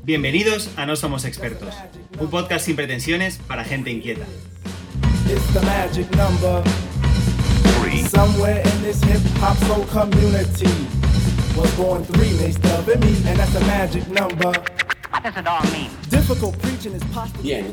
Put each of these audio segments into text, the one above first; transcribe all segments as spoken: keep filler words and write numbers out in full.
Bienvenidos a No Somos Expertos, un podcast sin pretensiones para gente inquieta. It's the magic number. Somewhere in this hip hop soul community was born three mixed up in me, and that's the magic number. What does it all mean? Difficult preaching is possible. Bien,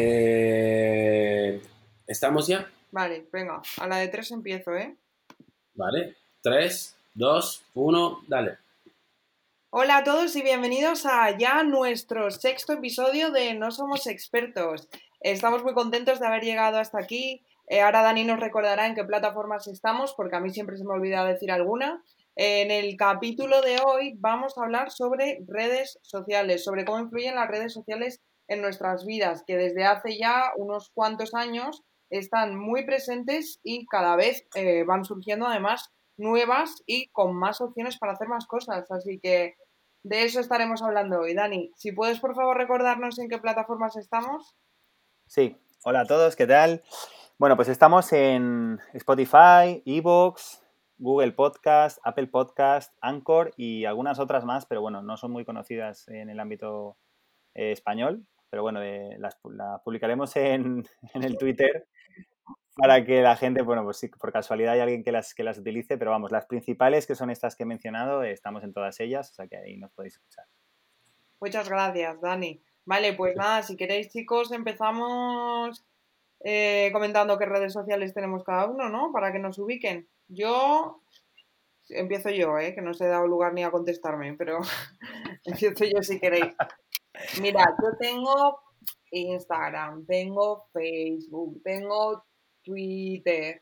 eh, ¿estamos ya? Vale, venga, a la de tres empiezo, ¿eh? Vale, tres, dos, uno, dale. Hola a todos y bienvenidos a ya nuestro sexto episodio de No Somos Expertos. Estamos muy contentos de haber llegado hasta aquí. Eh, ahora Dani nos recordará en qué plataformas estamos, porque a mí siempre se me olvida decir alguna. Eh, en el capítulo de hoy vamos a hablar sobre redes sociales, sobre cómo influyen las redes sociales en nuestras vidas, que desde hace ya unos cuantos años están muy presentes y cada vez eh, van surgiendo además nuevas y con más opciones para hacer más cosas. Así que de eso estaremos hablando hoy. Dani, si puedes por favor recordarnos en qué plataformas estamos. Sí, hola a todos, ¿qué tal? Bueno, pues estamos en Spotify, iVoox, Google Podcast, Apple Podcast, Anchor y algunas otras más, pero bueno, no son muy conocidas en el ámbito eh, español, pero bueno, eh, las, las publicaremos en, en el Twitter para que la gente, bueno, pues sí, por casualidad hay alguien que las, que las utilice, pero vamos, las principales, que son estas que he mencionado, eh, estamos en todas ellas, o sea que ahí nos podéis escuchar. Muchas gracias, Dani. Vale, pues nada, si queréis, chicos, empezamos eh, comentando qué redes sociales tenemos cada uno, ¿no? Para que nos ubiquen. Yo, empiezo yo, ¿eh? Que no os he dado lugar ni a contestarme, pero empiezo yo si queréis. Mirad, yo tengo Instagram, tengo Facebook, tengo Twitter.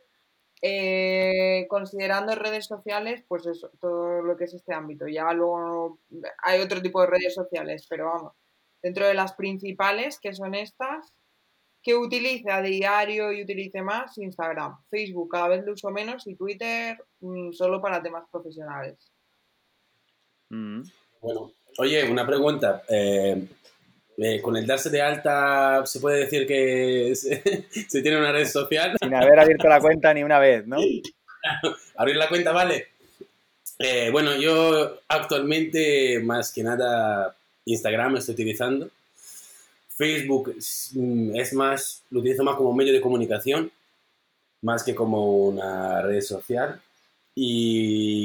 Eh, considerando redes sociales, pues eso, todo lo que es este ámbito. Ya luego hay otro tipo de redes sociales, pero vamos, dentro de las principales, que son estas, que utilice a diario y utilice más, Instagram. Facebook cada vez lo uso menos y Twitter mmm, solo para temas profesionales. Mm. Bueno, oye, una pregunta. Eh, eh, ¿Con el darse de alta se puede decir que se, se tiene una red social? Sin haber abierto la cuenta ni una vez, ¿no? Abrir la cuenta, vale. Eh, bueno, yo actualmente más que nada Instagram estoy utilizando. Facebook es, es más, lo utilizo más como medio de comunicación, más que como una red social. Y,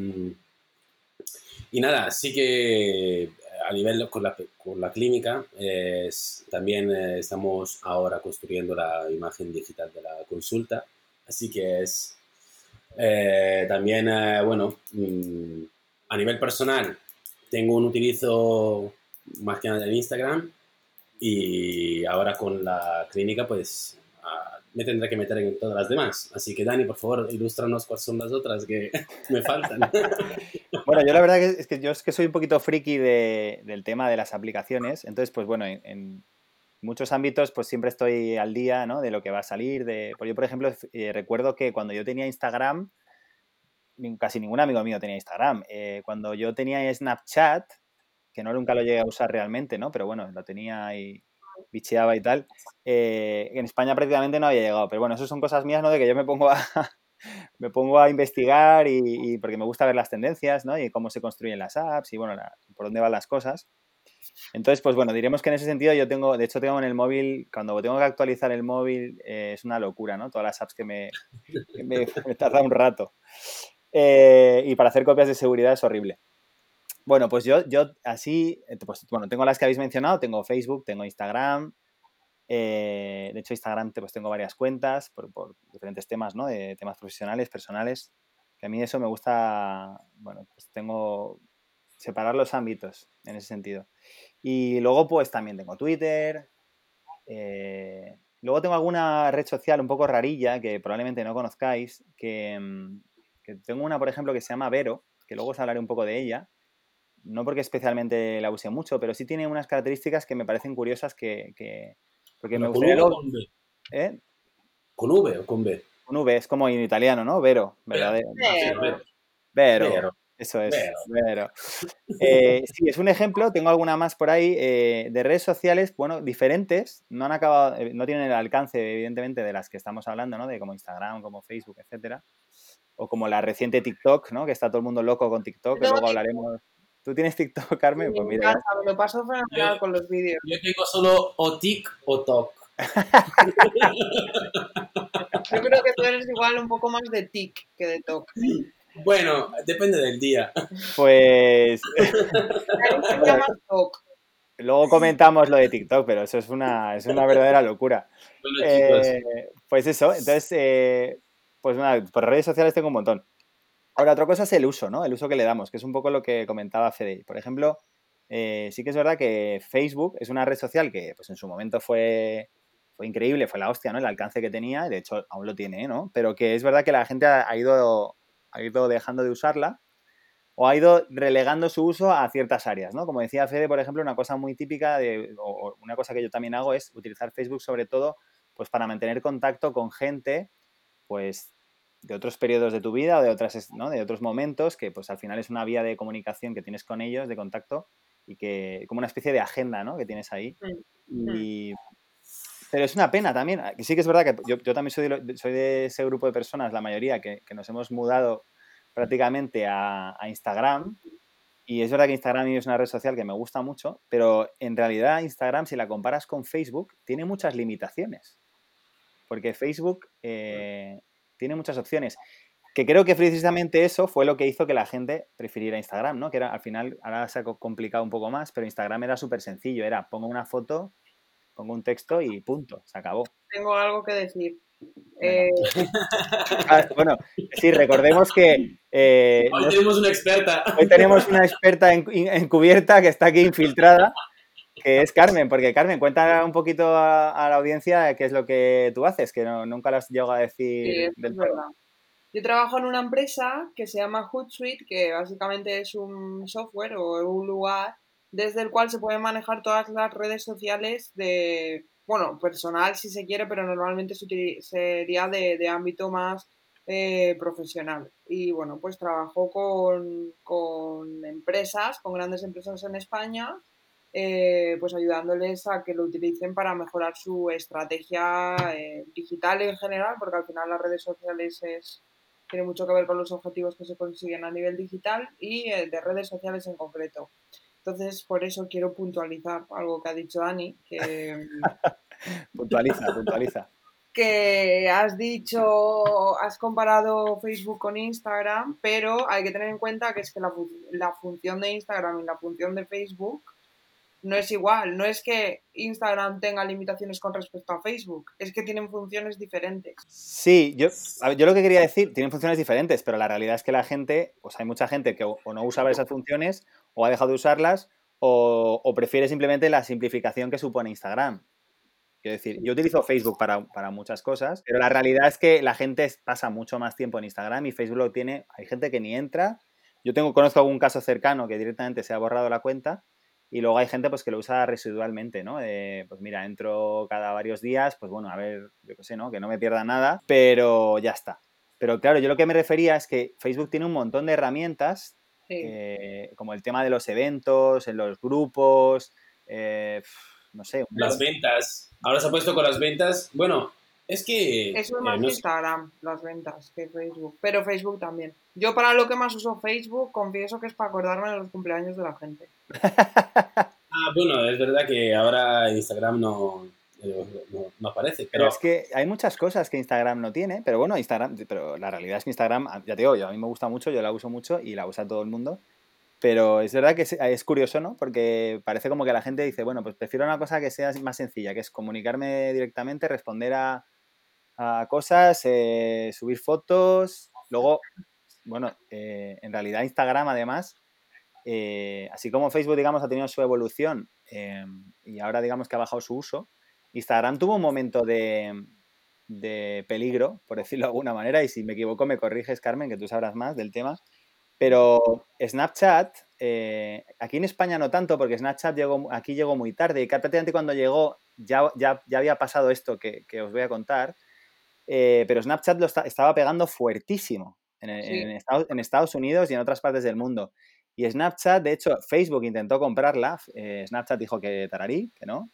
y nada, sí que a nivel con la, con la clínica eh, es, también eh, estamos ahora construyendo la imagen digital de la consulta. Así que es eh, también, eh, bueno, mmm, a nivel personal tengo un utilizo más que nada en Instagram. Y ahora con la clínica, pues uh, me tendré que meter en todas las demás. Así que, Dani, por favor, ilústranos cuáles son las otras que me faltan. Bueno, yo la verdad que es que yo es que soy un poquito friki de, del tema de las aplicaciones. Entonces, pues bueno, en, en muchos ámbitos, pues siempre estoy al día, ¿no? De lo que va a salir. De... Pues yo, por ejemplo, eh, recuerdo que cuando yo tenía Instagram, casi ningún amigo mío tenía Instagram. Eh, cuando yo tenía Snapchat, que no nunca lo llegué a usar realmente, ¿no? Pero bueno, lo tenía y bicheaba y tal. Eh, en España prácticamente no había llegado, pero bueno, eso son cosas mías, ¿no? De que yo me pongo a, me pongo a investigar y, y porque me gusta ver las tendencias, ¿no? Y cómo se construyen las apps y, bueno, la, por dónde van las cosas. Entonces, pues bueno, diremos que en ese sentido yo tengo, de hecho tengo en el móvil, cuando tengo que actualizar el móvil, eh, es una locura, ¿no? Todas las apps que me, que me, me tarda un rato. Eh, y para hacer copias de seguridad es horrible. Bueno, pues yo, yo así, pues bueno, tengo las que habéis mencionado, tengo Facebook, tengo Instagram, eh, de hecho Instagram pues tengo varias cuentas por, por diferentes temas, ¿no? De temas profesionales, personales, que a mí eso me gusta, bueno, pues tengo separar los ámbitos en ese sentido. Y luego pues también tengo Twitter, eh, luego tengo alguna red social un poco rarilla que probablemente no conozcáis, que, que tengo una, por ejemplo, que se llama Vero, que luego os hablaré un poco de ella. No porque especialmente la use mucho, pero sí tiene unas características que me parecen curiosas que... que porque ¿Pero me con gustaría... V o Lo... con B? ¿Eh? ¿Con V o con B? Con V, es como en italiano, ¿no? Vero, ¿verdad? Vero. Vero. Vero. Vero. Eso es, Vero. Vero. Eh, sí, es un ejemplo, tengo alguna más por ahí, eh, de redes sociales, bueno, diferentes, no han acabado, no tienen el alcance, evidentemente, de las que estamos hablando, ¿no? De como Instagram, como Facebook, etcétera. O como la reciente TikTok, ¿no? Que está todo el mundo loco con TikTok, que luego hablaremos... ¿Tú tienes TikTok, Carmen? Me Pues mira, encanta, me lo paso fenomenal Yo- con los vídeos. Yo tengo solo o tic o toc. Yo creo que tú eres igual un poco más de tic que de toc. Bueno, depende del día. pues Dani sería bueno, más toc. luego comentamos lo de TikTok, pero eso es una, es una verdadera locura. Bueno, chicos, Eh, pues eso, entonces, eh, pues nada, por redes sociales tengo un montón. Ahora, otra cosa es el uso, ¿no? El uso que le damos, que es un poco lo que comentaba Fede. Por ejemplo, eh, sí que es verdad que Facebook es una red social que pues en su momento fue, fue increíble, fue la hostia, ¿no? El alcance que tenía, de hecho aún lo tiene, ¿no? Pero que es verdad que la gente ha, ha ido, ha ido dejando de usarla o ha ido relegando su uso a ciertas áreas, ¿no? Como decía Fede, por ejemplo, una cosa muy típica de, o, o una cosa que yo también hago es utilizar Facebook sobre todo pues para mantener contacto con gente pues de otros periodos de tu vida o de otras, ¿no? De otros momentos que pues al final es una vía de comunicación que tienes con ellos, de contacto y que como una especie de agenda, ¿no? Que tienes ahí. Y, pero es una pena también. Sí que es verdad que yo, yo también soy de, lo, soy de ese grupo de personas, la mayoría, que, que nos hemos mudado prácticamente a, a Instagram. Y es verdad que Instagram es una red social que me gusta mucho, pero en realidad Instagram, si la comparas con Facebook, tiene muchas limitaciones. Porque Facebook eh, tiene muchas opciones. Que creo que precisamente eso fue lo que hizo que la gente prefiriera Instagram, ¿no? Que era, al final, ahora se ha complicado un poco más, pero Instagram era súper sencillo. Era, pongo una foto, pongo un texto y punto, se acabó. Tengo algo que decir. Venga. Eh, Ah, bueno, sí, recordemos que eh, hoy no- tenemos una experta. hoy tenemos una experta en- en- encubierta que está aquí infiltrada, que es Carmen, porque Carmen, cuenta un poquito a, a la audiencia qué es lo que tú haces, que no, nunca lo has llegado a decir sí, esto del es todo. verdad. Yo trabajo en una empresa que se llama Hootsuite, que básicamente es un software o un lugar desde el cual se pueden manejar todas las redes sociales de, bueno, personal si se quiere, pero normalmente se utili- sería de, de ámbito más eh, profesional. Y bueno, pues trabajo con, con empresas, con grandes empresas en España, eh, pues ayudándoles a que lo utilicen para mejorar su estrategia eh, digital en general, porque al final las redes sociales es tiene mucho que ver con los objetivos que se consiguen a nivel digital y eh, de redes sociales en concreto. Entonces, por eso quiero puntualizar algo que ha dicho Dani, que, Puntualiza, puntualiza. que has dicho, has comparado Facebook con Instagram, pero hay que tener en cuenta que es que la, la función de Instagram y la función de Facebook no es igual, no es que Instagram tenga limitaciones con respecto a Facebook, es que tienen funciones diferentes. Sí, yo, a ver, yo lo que quería decir, tienen funciones diferentes, pero la realidad es que la gente, pues hay mucha gente que o, o no usaba esas funciones, o ha dejado de usarlas, o, o prefiere simplemente la simplificación que supone Instagram. Quiero decir, yo utilizo Facebook para, para muchas cosas, pero la realidad es que la gente pasa mucho más tiempo en Instagram y Facebook lo tiene, hay gente que ni entra. Yo tengo, conozco algún caso cercano que directamente se ha borrado la cuenta. Y luego hay gente pues que lo usa residualmente, ¿no? Eh, pues mira, entro cada varios días, pues bueno, a ver, yo qué sé, ¿no? Que no me pierda nada, pero ya está. Pero claro, yo lo que me refería es que Facebook tiene un montón de herramientas, Sí. eh, como el tema de los eventos, en los grupos, eh, no sé. Las ventas. Ahora se ha puesto con las ventas. Bueno, es que... Eso es eh, más no que sé. Instagram, las ventas, que Facebook. Pero Facebook también. Yo para lo que más uso Facebook, confieso que es para acordarme de los cumpleaños de la gente. Ah, bueno, es verdad que ahora Instagram no, no, no aparece, Pero pero... es que hay muchas cosas que Instagram no tiene, pero bueno, Instagram, pero la realidad es que Instagram, ya te digo, yo, a mí me gusta mucho, yo la uso mucho y la usa todo el mundo. Pero es verdad que es, es curioso, ¿no? Porque parece como que la gente dice, bueno, pues prefiero una cosa que sea más sencilla, que es comunicarme directamente, responder a, a cosas, eh, subir fotos. Luego, bueno, eh, en realidad Instagram además, eh, así como Facebook, digamos, ha tenido su evolución eh, y ahora digamos que ha bajado su uso, Instagram tuvo un momento de, de peligro, por decirlo de alguna manera, y si me equivoco me corriges, Carmen, que tú sabrás más del tema. Pero Snapchat, eh, aquí en España no tanto, porque Snapchat llegó, aquí llegó muy tarde y prácticamente cuando llegó ya, ya, ya había pasado esto que, que os voy a contar, eh, pero Snapchat lo está, estaba pegando fuertísimo en, Sí. en, Estados, en Estados Unidos y en otras partes del mundo. Y Snapchat, de hecho, Facebook intentó comprarla, eh, Snapchat dijo que tararí, que no,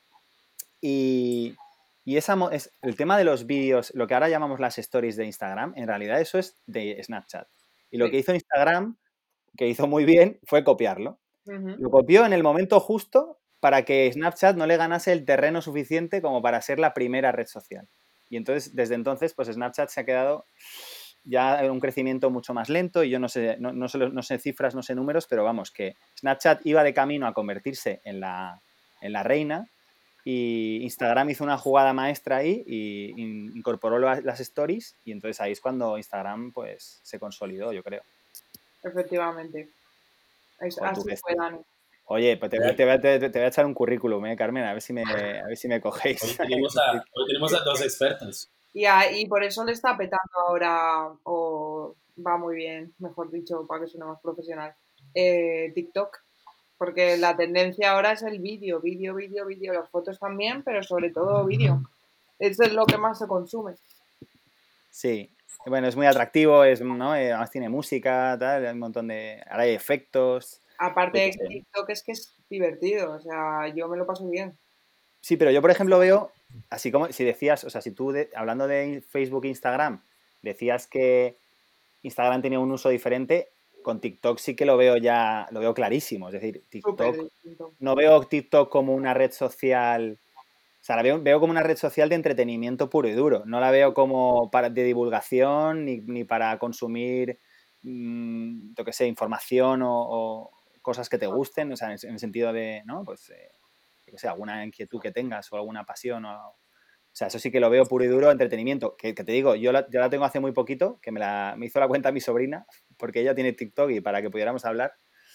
y, y esa, es, el tema de los vídeos, lo que ahora llamamos las stories de Instagram, en realidad eso es de Snapchat. Y lo Sí. que hizo Instagram, que hizo muy bien, fue copiarlo. Ujú. Lo copió en el momento justo para que Snapchat no le ganase el terreno suficiente como para ser la primera red social. Y entonces, desde entonces, pues Snapchat se ha quedado ya en un crecimiento mucho más lento y yo no sé, no, no sé, no sé cifras, no sé números, pero vamos, que Snapchat iba de camino a convertirse en la, en la reina y Instagram hizo una jugada maestra ahí y incorporó las stories y entonces ahí es cuando Instagram pues se consolidó, yo creo. Efectivamente. Es, Joder, tú así que fue, Dani. Oye, pues te voy, te, voy, te, te voy a echar un currículum, ¿eh, Carmen? A ver si me, a ver si me cogéis. Hoy tenemos a, hoy tenemos a dos expertos. Y, a, y por eso le está petando ahora, o va muy bien, mejor dicho, para que suene más profesional, eh, TikTok. Porque la tendencia ahora es el vídeo, vídeo, vídeo, vídeo, las fotos también, pero sobre todo vídeo. Eso es lo que más se consume. Sí, bueno, es muy atractivo, es, ¿no? Eh, además tiene música, tal, hay un montón de... Ahora hay efectos. Aparte de que sé. TikTok es que es divertido, o sea, yo me lo paso bien. Sí, pero yo, por ejemplo, veo, así como si decías, o sea, si tú, de, hablando de Facebook e Instagram, decías que Instagram tenía un uso diferente, con TikTok sí que lo veo ya, lo veo clarísimo. Es decir, TikTok, no veo TikTok como una red social, o sea, la veo, veo como una red social de entretenimiento puro y duro. No la veo como para, de divulgación ni, ni para consumir, mmm, yo qué sé, información o, o cosas que te gusten, o sea, en, en el sentido de, ¿no? Pues, eh, yo qué sé, alguna inquietud que tengas o alguna pasión o... O sea, eso sí que lo veo puro y duro entretenimiento. Que, que te digo, yo la, yo la tengo hace muy poquito, que me, la, me hizo la cuenta mi sobrina, porque ella tiene TikTok y para que pudiéramos hablar.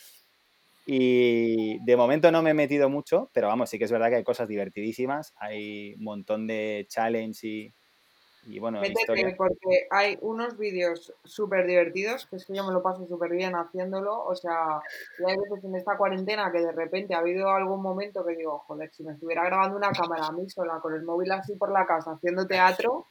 Y de momento no me he metido mucho, pero vamos, sí que es verdad que hay cosas divertidísimas. Hay un montón de challenge y, y bueno, Métete, historias. porque hay unos vídeos súper divertidos, que es que yo me lo paso súper bien haciéndolo. O sea, y hay veces en esta cuarentena que de repente ha habido algún momento que digo, joder, si me estuviera grabando una cámara a mí sola con el móvil así por la casa haciendo teatro.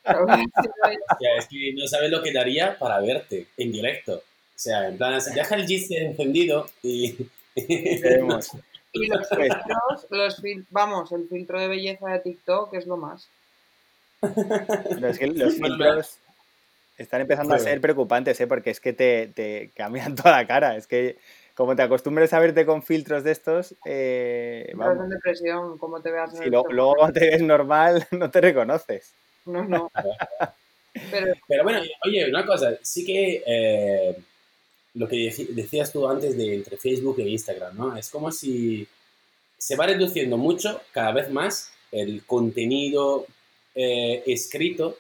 Ya, es que no sabes lo que daría para verte en directo. O sea, en plan, deja el G C encendido y... y tenemos. Y los filtros, los fil vamos, el filtro de belleza de TikTok es lo más. Pero es que los filtros están empezando a ser preocupantes, ¿eh? Porque es que te, te cambian toda la cara. Es que como te acostumbres a verte con filtros de estos, eh, vamos. En depresión, como te veas en si el lo, luego cuando te ves normal, no te reconoces. No, no. Pero, Pero bueno, oye, una cosa, sí que eh, lo que decías tú antes de entre Facebook e Instagram, ¿no? Es como si se va reduciendo mucho, cada vez más, el contenido eh, escrito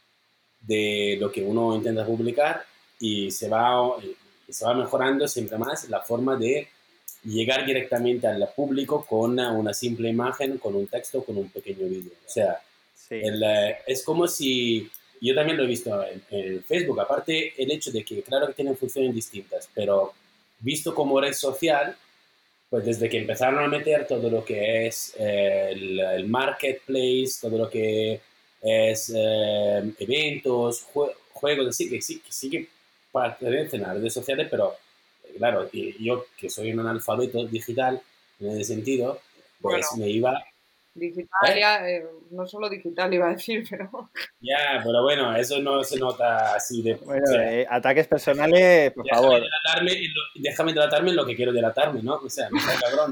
de lo que uno intenta publicar y se va, y se va mejorando siempre más la forma de llegar directamente al público con una, una simple imagen, con un texto, con un pequeño vídeo. O sea, sí. el, eh, es como si... Yo también lo he visto en, en Facebook. Aparte, el hecho de que, claro que tienen funciones distintas, pero visto como red social, pues desde que empezaron a meter todo lo que es eh, el, el marketplace, todo lo que es eh, eventos, jue juegos, así que sí, que sí que pertenecen a redes sociales, pero claro, yo que soy un analfabeto digital en ese sentido, pues bueno, me iba... Digital, ¿Eh? ya, eh, no solo digital iba a decir, pero... Ya, pero bueno, eso no se nota así de... Bueno, o sea, eh, ataques personales, por déjame favor. Delatarme en lo, déjame delatarme en lo que quiero delatarme, ¿no? O sea, me está cabrón.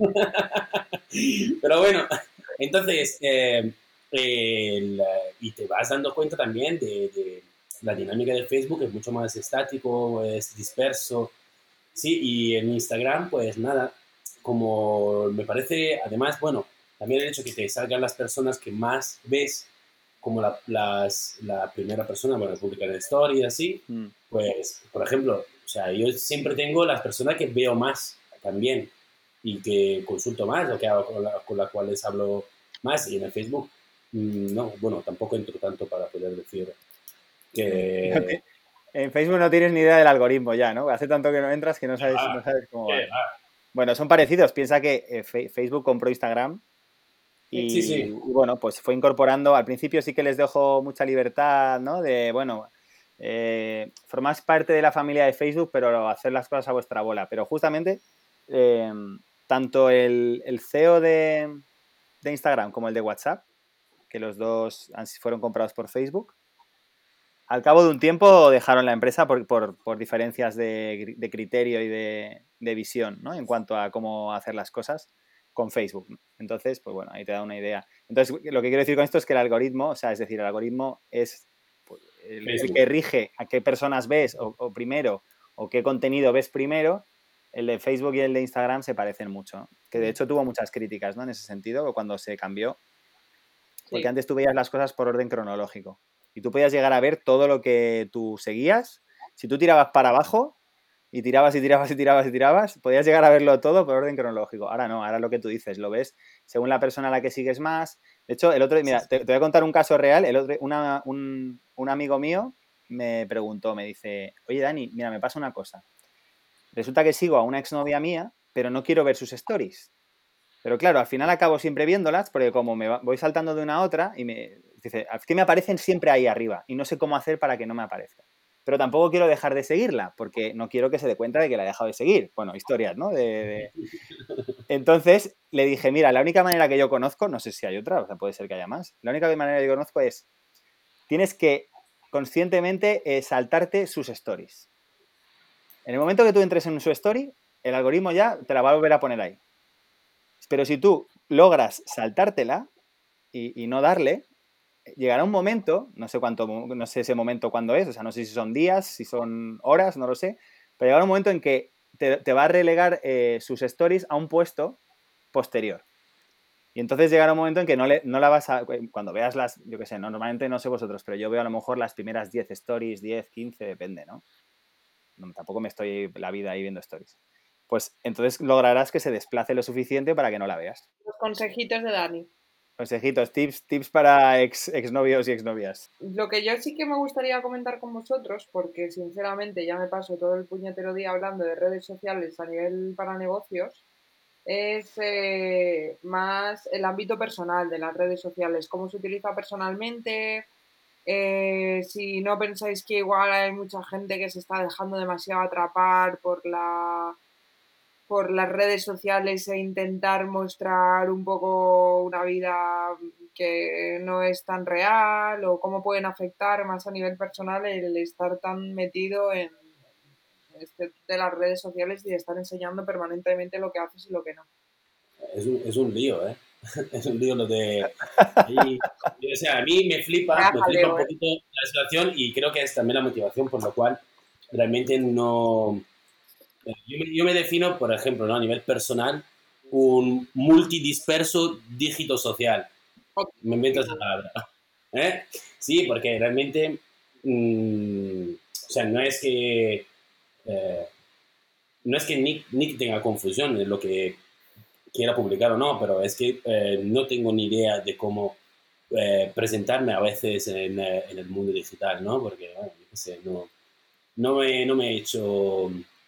Pero bueno, entonces, eh, el, y te vas dando cuenta también de, de la dinámica de Facebook, es mucho más estático, es disperso, sí, y en Instagram, pues nada, como me parece, además, bueno, también el hecho que te salgan las personas que más ves, como la, las, la primera persona, bueno, publicar en story, así, mm. pues, por ejemplo, o sea, yo siempre tengo las personas que veo más también y que consulto más o que hago con, la, con las cuales hablo más, y en el Facebook, mmm, no, bueno, tampoco entro tanto para poder decir que... En Facebook no tienes ni idea del algoritmo ya, ¿no? Hace tanto que no entras que no sabes, ah, no sabes cómo va. Ah. Bueno, son parecidos. Piensa que eh, Facebook compró Instagram y, sí, sí. y, bueno, pues fue incorporando... Al principio sí que les dejó mucha libertad, ¿no? De, bueno, eh, formás parte de la familia de Facebook, pero hacer las cosas a vuestra bola. Pero justamente, eh, tanto el, el C E O de, de Instagram como el de WhatsApp, que los dos fueron comprados por Facebook, al cabo de un tiempo dejaron la empresa por, por, por diferencias de, de criterio y de, de visión, ¿no? En cuanto a cómo hacer las cosas con Facebook, ¿no? Entonces, pues bueno, ahí te da una idea. Entonces, lo que quiero decir con esto es que el algoritmo, o sea, es decir, el algoritmo es pues, el, el que rige a qué personas ves o, o primero o qué contenido ves primero. El de Facebook y el de Instagram se parecen mucho, ¿no? Que de hecho tuvo muchas críticas, ¿no? En ese sentido, cuando se cambió. Porque sí. Antes tú veías las cosas por orden cronológico. Y tú podías llegar a ver todo lo que tú seguías. Si tú tirabas para abajo y tirabas y tirabas y tirabas y tirabas, podías llegar a verlo todo por orden cronológico. Ahora no, ahora lo que tú dices, lo ves según la persona a la que sigues más. De hecho, el otro, mira, te, te voy a contar un caso real. El otro, una, un, un amigo mío me preguntó, me dice, oye Dani, mira, me pasa una cosa. Resulta que sigo a una exnovia mía, pero no quiero ver sus stories. Pero claro, al final acabo siempre viéndolas porque como me voy saltando de una a otra y me dice, es que me aparecen siempre ahí arriba y no sé cómo hacer para que no me aparezca. Pero tampoco quiero dejar de seguirla porque no quiero que se dé cuenta de que la he dejado de seguir. Bueno, historias, ¿no? De, de... Entonces le dije, mira, la única manera que yo conozco, no sé si hay otra, o sea, puede ser que haya más, la única manera que yo conozco es, tienes que conscientemente eh, saltarte sus stories. En el momento que tú entres en su story, el algoritmo ya te la va a volver a poner ahí. Pero si tú logras saltártela y, y no darle, llegará un momento, no sé cuánto, no sé ese momento cuándo es, o sea, no sé si son días, si son horas, no lo sé, pero llegará un momento en que te, te va a relegar eh, sus stories a un puesto posterior. Y entonces llegará un momento en que no, le, no la vas a... Cuando veas las, yo qué sé, no, normalmente no sé vosotros, pero yo veo a lo mejor las primeras diez stories, diez, quince, depende, ¿no? No, tampoco me estoy la vida ahí viendo stories. Pues entonces lograrás que se desplace lo suficiente para que no la veas. Los consejitos de Dani. Consejitos, tips, tips para ex, exnovios y exnovias. Lo que yo sí que me gustaría comentar con vosotros, porque sinceramente ya me paso todo el puñetero día hablando de redes sociales a nivel para negocios, es eh, más el ámbito personal de las redes sociales, cómo se utiliza personalmente. Eh, si no pensáis que igual hay mucha gente que se está dejando demasiado atrapar por la por las redes sociales e intentar mostrar un poco una vida que no es tan real, o cómo pueden afectar más a nivel personal el estar tan metido en este de las redes sociales y estar enseñando permanentemente lo que haces y lo que no. Es un, es un lío, ¿eh? Es un lío lo de... Y, o sea, a mí me flipa, me flipa un poquito la situación y creo que es también la motivación por lo cual realmente no... Yo me, yo me defino, por ejemplo, ¿no? A nivel personal, un multidisperso dígito social. Me invento esa palabra. ¿Eh? Sí, porque realmente... Mmm, o sea, no es que... Eh, no es que Nick, Nick tenga confusión en lo que quiera publicar o no, pero es que eh, no tengo ni idea de cómo eh, presentarme a veces en, eh, en el mundo digital, ¿no? Porque, bueno, yo qué sé, no, no, me, no me he hecho...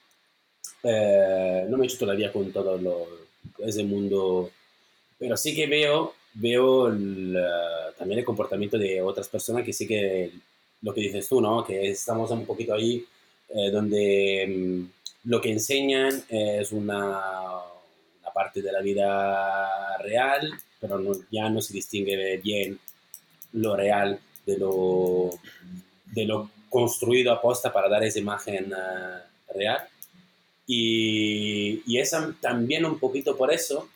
Eh, no me he hecho todavía con todo lo, ese mundo, pero sí que veo, veo el, uh, también el comportamiento de otras personas que sí que lo que dices tú, ¿no? Que estamos un poquito ahí eh, donde um, lo que enseñan es una, una parte de la vida real, pero no, ya no se distingue bien lo real de lo, de lo construido a posta para dar esa imagen uh, real. Y, y es también un poquito por eso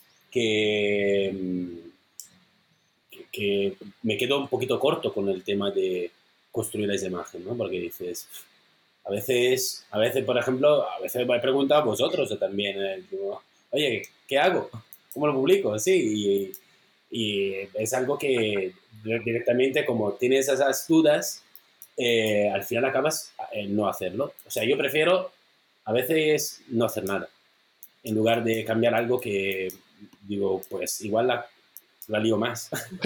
que, que me quedo un poquito corto con el tema de construir esa imagen, ¿no? Porque dices, a veces, a veces por ejemplo, a veces me he preguntado a vosotros también, eh, digo, oye, ¿qué hago? ¿Cómo lo publico? Sí, y, y es algo que directamente como tienes esas dudas, eh, al final acabas en no hacerlo. O sea, yo prefiero a veces no hacer nada, en lugar de cambiar algo que, digo, pues igual la, la lío más.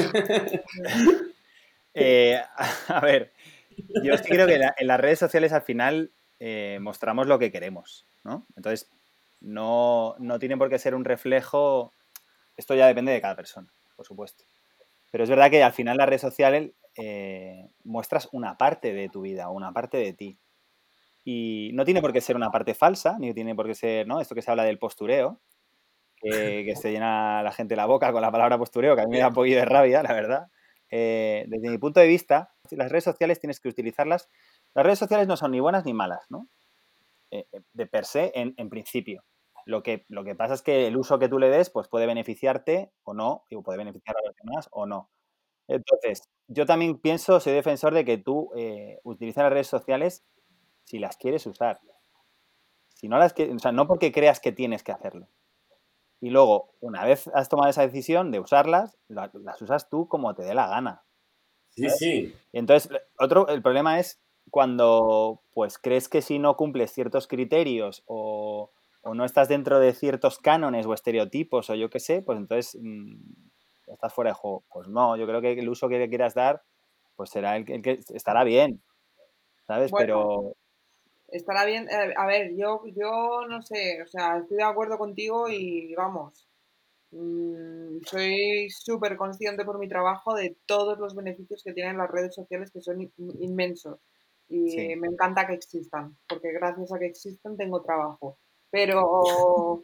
eh, a ver, yo sí creo que la, en las redes sociales al final eh, mostramos lo que queremos, ¿no? Entonces, no, no tiene por qué ser un reflejo, esto ya depende de cada persona, por supuesto. Pero es verdad que al final las redes sociales eh, muestras una parte de tu vida, una parte de ti. Y no tiene por qué ser una parte falsa, ni tiene por qué ser, ¿no? Esto que se habla del postureo, que, que se llena la gente la boca con la palabra postureo, que a mí me da un poquito de rabia, la verdad. eh, desde mi punto de vista, las redes sociales tienes que utilizarlas. Las redes sociales no son ni buenas ni malas, ¿no? Eh, de per se, en, en principio. Lo que, lo que pasa es que el uso que tú le des pues puede beneficiarte o no, o puede beneficiar a los demás o no. Entonces, yo también pienso, soy defensor de que tú eh, utilices las redes sociales si las quieres usar. Si no las que, o sea, no porque creas que tienes que hacerlo. Y luego, una vez has tomado esa decisión de usarlas, la, las usas tú como te dé la gana. Sí, ¿sabes? sí. Y entonces, otro, el problema es cuando pues crees que si no cumples ciertos criterios o, o no estás dentro de ciertos cánones o estereotipos o yo qué sé, pues entonces mmm, estás fuera de juego. Pues no, yo creo que el uso que le quieras dar pues será el, el que estará bien, ¿sabes? Bueno, Pero estará bien. eh, A ver, yo, yo no sé, o sea, estoy de acuerdo contigo y vamos, mm, soy súper consciente por mi trabajo de todos los beneficios que tienen las redes sociales, que son in- inmensos. Y sí. me encanta que existan, porque gracias a que existen tengo trabajo. Pero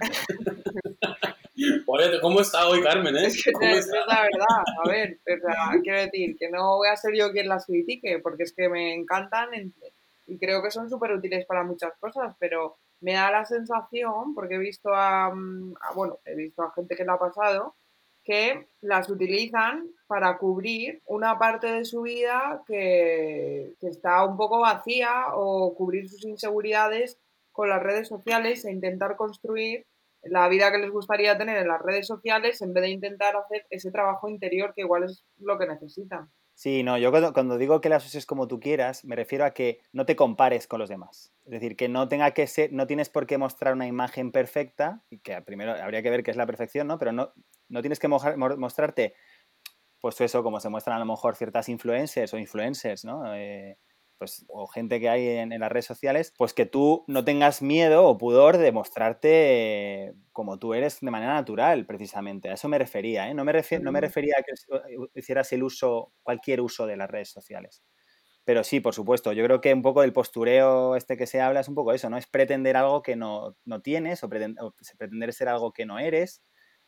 Oye, ¿cómo está hoy, Carmen, eh? es que ¿Cómo es está? la verdad, a ver, o sea, quiero decir que no voy a ser yo quien las critique, porque es que me encantan en- y creo que son súper útiles para muchas cosas, pero me da la sensación, porque he visto a, mm, a- bueno, he visto a gente que le ha pasado, que las utilizan para cubrir una parte de su vida que, que está un poco vacía o cubrir sus inseguridades con las redes sociales e intentar construir la vida que les gustaría tener en las redes sociales en vez de intentar hacer ese trabajo interior que igual es lo que necesitan. Sí, no, yo cuando, cuando digo que las uses como tú quieras, me refiero a que no te compares con los demás. Es decir, que no tenga que ser, no tienes por qué mostrar una imagen perfecta, y que primero habría que ver qué es la perfección, ¿no? Pero no, no tienes que mojar, mostrarte, pues eso, como se muestran a lo mejor ciertas influencers o influencers, ¿no? Eh, pues, o gente que hay en, en, las redes sociales, pues que tú no tengas miedo o pudor de mostrarte eh, como tú eres de manera natural, precisamente. A eso me refería, ¿eh? No me, refier no me refería a que hicieras el uso, cualquier uso de las redes sociales. Pero sí, por supuesto, yo creo que un poco del postureo este que se habla es un poco eso, ¿no? Es pretender algo que no, no tienes o, pretend o pretender ser algo que no eres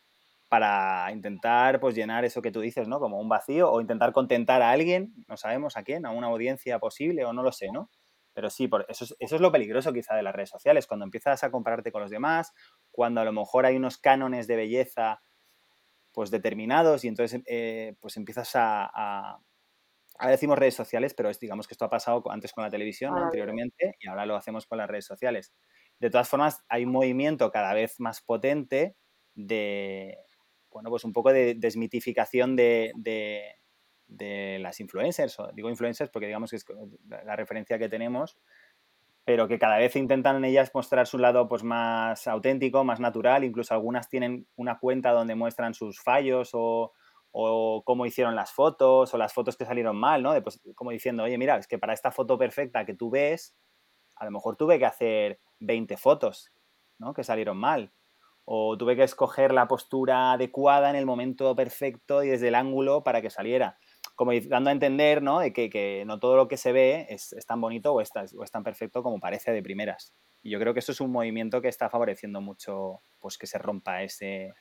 para intentar pues llenar eso que tú dices, ¿no? Como un vacío o intentar contentar a alguien, no sabemos a quién, a una audiencia posible o no lo sé, ¿no? Pero sí, por eso, es, eso es lo peligroso quizá de las redes sociales, cuando empiezas a compararte con los demás, cuando a lo mejor hay unos cánones de belleza pues determinados y entonces eh, pues empiezas a, a... Ahora decimos redes sociales, pero es, digamos que esto ha pasado antes con la televisión, ¿no? Anteriormente, y ahora lo hacemos con las redes sociales. De todas formas, hay un movimiento cada vez más potente de, bueno, pues un poco de desmitificación de, de, de las influencers, o digo influencers porque digamos que es la referencia que tenemos, pero que cada vez intentan ellas mostrar su lado pues más auténtico, más natural, incluso algunas tienen una cuenta donde muestran sus fallos o, o cómo hicieron las fotos o las fotos que salieron mal, ¿no? De, pues, como diciendo, oye, mira, es que para esta foto perfecta que tú ves, a lo mejor tuve que hacer veinte fotos, ¿no? Que salieron mal. O tuve que escoger la postura adecuada en el momento perfecto y desde el ángulo para que saliera. Como dando a entender, ¿no? De que, que no todo lo que se ve es, es tan bonito o es, o es tan perfecto como parece de primeras. Y yo creo que eso es un movimiento que está favoreciendo mucho pues que se rompa ese,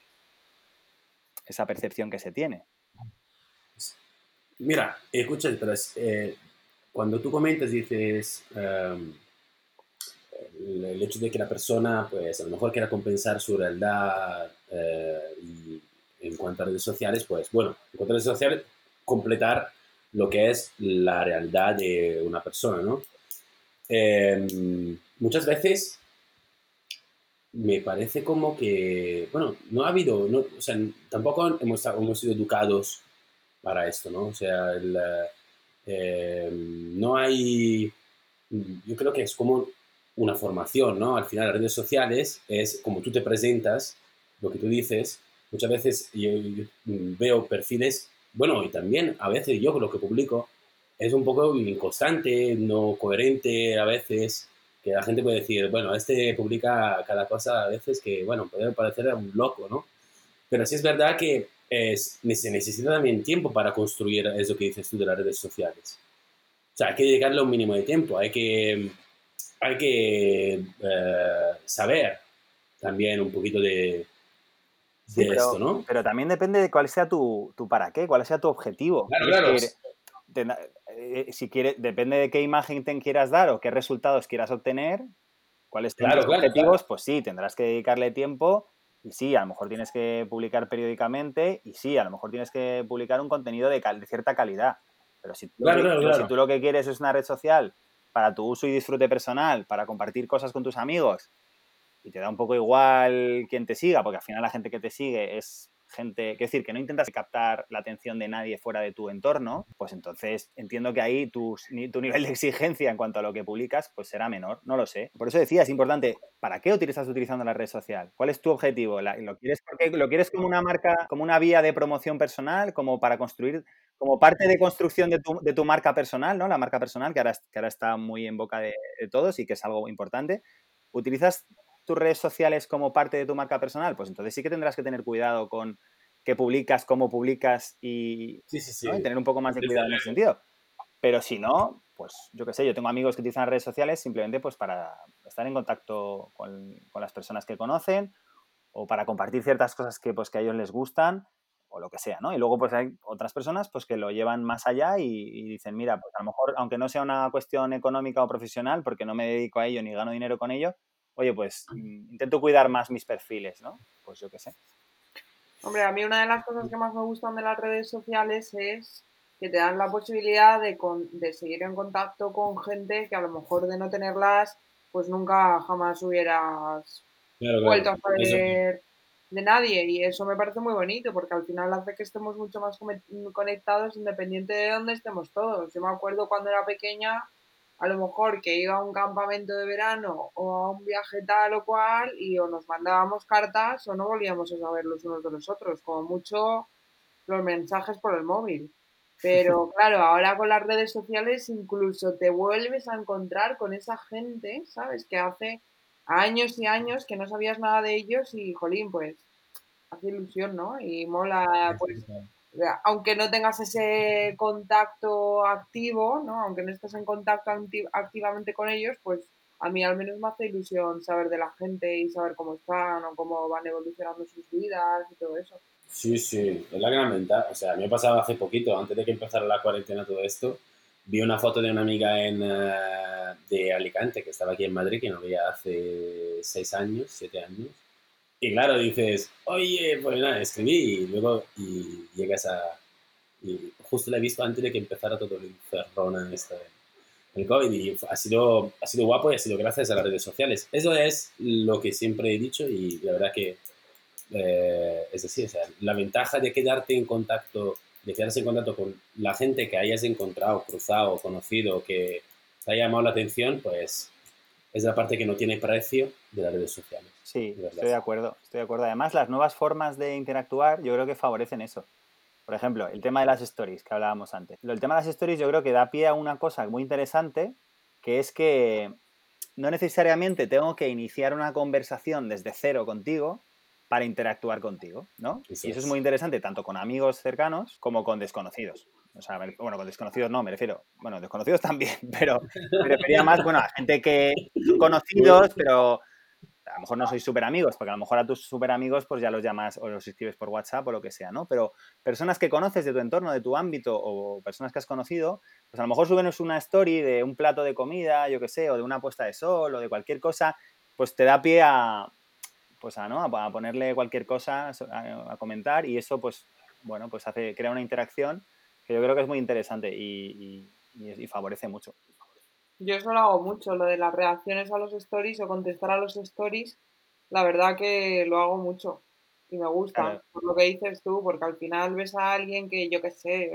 esa percepción que se tiene. Mira, escucha, pero es, eh, cuando tú comentas, dices um, el, el hecho de que la persona, pues a lo mejor quiera compensar su realidad eh, y en cuanto a redes sociales, pues bueno, en cuanto a redes sociales, completar lo que es la realidad de una persona, ¿no? Eh, muchas veces me parece como que, bueno, no ha habido, no, o sea, tampoco hemos, hemos sido educados para esto, ¿no? O sea, el, eh, no hay, yo creo que es como una formación, ¿no? Al final las redes sociales es como tú te presentas, lo que tú dices. Muchas veces yo, yo veo perfiles, bueno, y también a veces yo lo que publico es un poco inconstante, no coherente a veces, que la gente puede decir, bueno, este publica cada cosa a veces que, bueno, puede parecer un loco, ¿no? Pero sí es verdad que es, se necesita también tiempo para construir eso que dices tú de las redes sociales. O sea, hay que dedicarle un mínimo de tiempo, hay que, hay que eh, saber también un poquito de, Sí, de pero, esto, ¿no? pero también depende de cuál sea tu, tu para qué, cuál sea tu objetivo. Claro, Es claro. decir, te- eh, si quieres, depende de qué imagen te quieras dar o qué resultados quieras obtener, cuáles son Claro, tus claro, objetivos, claro. pues sí, tendrás que dedicarle tiempo y sí, a lo mejor tienes que publicar periódicamente y sí, a lo mejor tienes que publicar un contenido de, cal- de cierta calidad. Pero si, tú lo Claro, que, claro, pero si claro. tú lo que quieres es una red social para tu uso y disfrute personal, para compartir cosas con tus amigos y te da un poco igual quién te siga, porque al final la gente que te sigue es gente, es decir, que no intentas captar la atención de nadie fuera de tu entorno, pues entonces entiendo que ahí tu, tu nivel de exigencia en cuanto a lo que publicas pues será menor, no lo sé. Por eso decía, es importante, ¿para qué utilizas utilizando la red social? ¿Cuál es tu objetivo? ¿La, ¿Lo quieres porque lo quieres como una marca, como una vía de promoción personal, como para construir, como parte de construcción de tu, de tu marca personal, ¿no? La marca personal que ahora, que ahora está muy en boca de, de todos y que es algo importante. ¿Utilizas tus redes sociales como parte de tu marca personal? Pues entonces sí que tendrás que tener cuidado con qué publicas, cómo publicas y, Sí, sí, ¿no? y sí. tener un poco más de cuidado en ese sentido. Pero si no, pues yo qué sé, yo tengo amigos que utilizan redes sociales simplemente pues para estar en contacto con, con las personas que conocen o para compartir ciertas cosas que, pues, que a ellos les gustan o lo que sea, ¿no? Y luego pues hay otras personas pues que lo llevan más allá y, y dicen, mira, pues a lo mejor, aunque no sea una cuestión económica o profesional, porque no me dedico a ello ni gano dinero con ello, oye, pues mm, intento cuidar más mis perfiles, ¿no? Pues yo qué sé. Hombre, a mí una de las cosas que más me gustan de las redes sociales es que te dan la posibilidad de, con- de seguir en contacto con gente que a lo mejor de no tenerlas, pues nunca jamás hubieras Claro, vuelto claro. a Eso, saber de nadie. Y eso me parece muy bonito porque al final hace que estemos mucho más come- conectados independiente de dónde estemos todos. Yo me acuerdo cuando era pequeña, a lo mejor que iba a un campamento de verano o a un viaje tal o cual y o nos mandábamos cartas o no volvíamos a saber los unos de los otros, como mucho los mensajes por el móvil. Pero claro, ahora con las redes sociales incluso te vuelves a encontrar con esa gente, ¿sabes? Que hace años y años que no sabías nada de ellos y, jolín, pues hace ilusión, ¿no? Y mola, pues, aunque no tengas ese contacto activo, ¿no? Aunque no estés en contacto acti- activamente con ellos, pues a mí al menos me hace ilusión saber de la gente y saber cómo están o cómo van evolucionando sus vidas y todo eso. sí, sí, es la gran ventaja. O sea, me ha pasado hace poquito, antes de que empezara la cuarentena, todo esto, vi una foto de una amiga en, eh, de Alicante, que estaba aquí en Madrid, que no veía hace seis años, siete años. Y claro, dices, oye, pues nada, escribí y luego y llegas a... Y justo la he visto antes de que empezara todo el inferno este, el COVID y ha sido, ha sido guapo y ha sido gracias a las redes sociales. Eso es lo que siempre he dicho y la verdad que eh, es decir, o sea, la ventaja de quedarte en contacto, de quedarse en contacto con la gente que hayas encontrado, cruzado, conocido, que te haya llamado la atención, pues es la parte que no tiene precio de las redes sociales, Sí, de verdad. estoy de acuerdo, estoy de acuerdo. Además, las nuevas formas de interactuar yo creo que favorecen eso. Por ejemplo, el tema de las stories que hablábamos antes. El tema de las stories yo creo que da pie a una cosa muy interesante, que es que no necesariamente tengo que iniciar una conversación desde cero contigo para interactuar contigo, ¿no? Eso Y eso es es. muy interesante tanto con amigos cercanos como con desconocidos. O sea, me- bueno, con desconocidos no, me refiero, bueno, desconocidos también, pero me refería más, bueno, a gente que son conocidos, pero a lo mejor no sois súper amigos, porque a lo mejor a tus súper amigos pues ya los llamas o los escribes por WhatsApp o lo que sea, ¿no? Pero personas que conoces de tu entorno, de tu ámbito o personas que has conocido, pues a lo mejor suben una story de un plato de comida, yo qué sé, o de una puesta de sol o de cualquier cosa, pues te da pie a, pues a, ¿no? a ponerle cualquier cosa, a, a comentar y eso pues, bueno, pues hace, crea una interacción que yo creo que es muy interesante y, y, y favorece mucho. Yo eso lo hago mucho, lo de las reacciones a los stories o contestar a los stories, la verdad que lo hago mucho y me gustan, Claro. por lo que dices tú, porque al final ves a alguien que yo qué sé,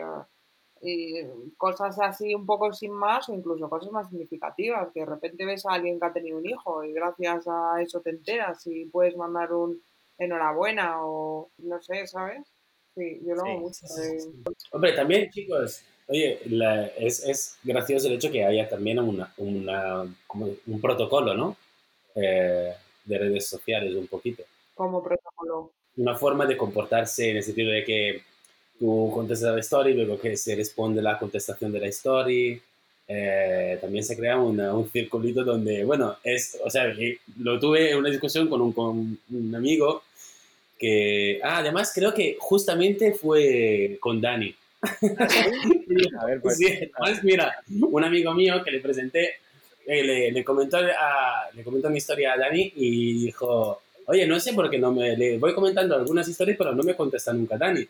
y cosas así un poco sin más o incluso cosas más significativas, que de repente ves a alguien que ha tenido un hijo y gracias a eso te enteras y puedes mandar un enhorabuena o no sé, ¿sabes? Sí, yo lo hago Sí. mucho. Sí, sí, sí, eh. sí. Hombre, también, chicos, oye, la- es, es gracioso el hecho que haya también una, una, como un protocolo, ¿no? Eh, de redes sociales, un poquito. Como protocolo. Una forma de comportarse en el sentido de que tú contestas la story, luego que se responde la contestación de la story. Eh, también se crea una, un circulito donde, bueno, es, o sea, lo tuve en una discusión con un, con un amigo que... Ah, además creo que justamente fue con Dani. A ver, pues... Sí, además, mira, un amigo mío que le presenté, eh, le, le, comentó a, le comentó mi historia a Dani y dijo, oye, no sé por qué no me... Le voy comentando algunas historias, pero no me contesta nunca Dani.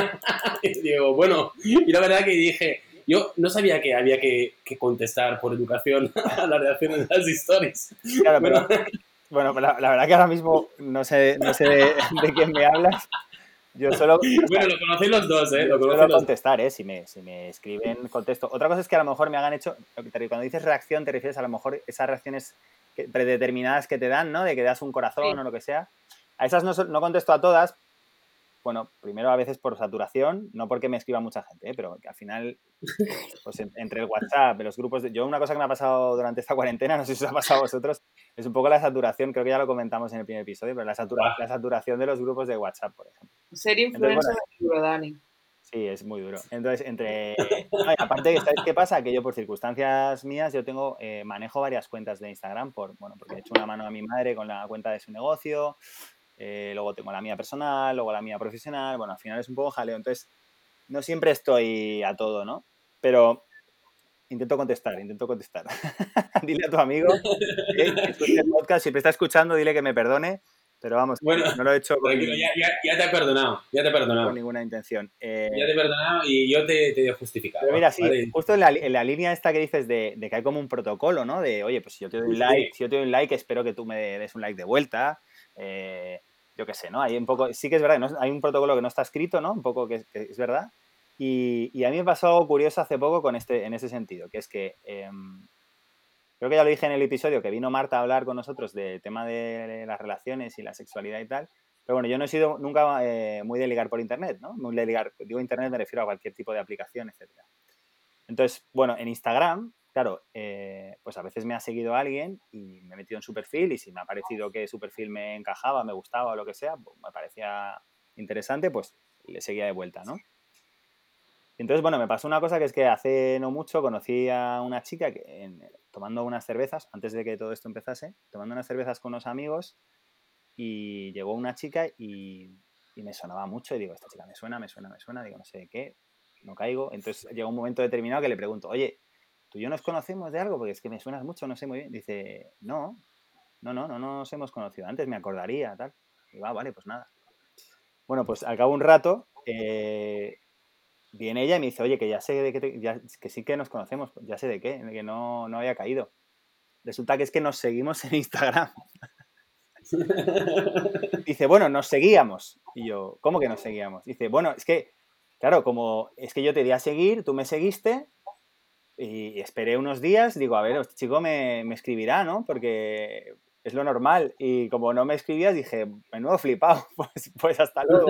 Y digo, bueno, y la verdad que dije... Yo no sabía que había que, que contestar por educación a las reacciones de las historias. Claro, pero... Bueno, la, la verdad que ahora mismo no sé, no sé de, de quién me hablas. Yo solo... Bueno, lo conocéis los dos, ¿eh? Lo Yo conocéis suelo los contestar, ¿eh? Si me, si me escriben, contesto. Otra cosa es que a lo mejor me hagan hecho... Cuando dices reacción, te refieres a lo mejor esas reacciones predeterminadas que te dan, ¿no? De que das un corazón sí. o lo que sea. A esas no, no contesto a todas. Bueno, primero a veces por saturación, no porque me escriba mucha gente, ¿eh? Pero que al final, pues entre el WhatsApp, los grupos... De... Yo una cosa que me ha pasado durante esta cuarentena, no sé si os ha pasado a vosotros, es un poco la saturación, creo que ya lo comentamos en el primer episodio, pero la, satura... la saturación de los grupos de WhatsApp, por ejemplo. Ser influencer es duro, Dani. Sí, es muy duro. Entonces, entre... No, y aparte, ¿sabes qué pasa? Que yo, por circunstancias mías, yo tengo, eh, manejo varias cuentas de Instagram, por, bueno, porque he hecho una mano a mi madre con la cuenta de su negocio... Eh, luego tengo la mía personal, luego la mía profesional, bueno, al final es un poco jaleo, entonces no siempre estoy a todo, ¿no? Pero intento contestar, intento contestar. Dile a tu amigo que, que escuche el podcast, si me está escuchando, dile que me perdone, pero vamos, bueno, no lo he hecho con, ya, ya, ya te he perdonado, ya te he perdonado. Con ninguna intención. Eh, ya te he perdonado y yo te, te he justificado. Pero mira, sí, ¿vale? Justo en la, en la línea esta que dices de, de que hay como un protocolo, ¿no? De, oye, pues si yo te doy un like, sí. si yo te doy un like, espero que tú me des un like de vuelta. Eh, yo qué sé, ¿no? Hay un poco, sí que es verdad, ¿no? Hay un protocolo que no está escrito, ¿no? Un poco que, que es verdad. Y, y a mí me pasó algo curioso hace poco con este, en ese sentido, que es que eh, creo que ya lo dije en el episodio que vino Marta a hablar con nosotros del tema de las relaciones y la sexualidad y tal. Pero bueno, yo no he sido nunca eh, muy de ligar por internet, ¿no? Muy de ligar, digo internet me refiero a cualquier tipo de aplicación, etcétera. Entonces, bueno, en Instagram, claro, eh, pues a veces me ha seguido alguien y me he metido en su perfil y si me ha parecido que su perfil me encajaba, me gustaba o lo que sea, pues me parecía interesante, pues le seguía de vuelta, ¿no? Entonces, bueno, me pasó una cosa que es que hace no mucho conocí a una chica que en, tomando unas cervezas, antes de que todo esto empezase, tomando unas cervezas con unos amigos y llegó una chica y, y me sonaba mucho y digo, esta chica me suena, me suena, me suena, digo, no sé de qué, no caigo. Entonces llegó un momento determinado que le pregunto, oye, ¿tú y yo nos conocemos de algo? Porque es que me suenas mucho, no sé muy bien. Dice, no, no, no, no nos hemos conocido antes, me acordaría, tal. Y va, vale, pues nada. Bueno, pues al cabo de un rato, eh, viene ella y me dice, oye, que ya sé de qué, te, ya, que sí que nos conocemos, ya sé de qué, de que no, no había caído. Resulta que es que nos seguimos en Instagram. Dice, bueno, nos seguíamos. Y yo, ¿cómo que nos seguíamos? Dice, bueno, es que, claro, como es que yo te di a seguir, tú me seguiste y esperé unos días, digo, a ver, este chico me, me escribirá, ¿no? Porque es lo normal. Y como no me escribías, dije, menudo flipado, pues, pues hasta luego.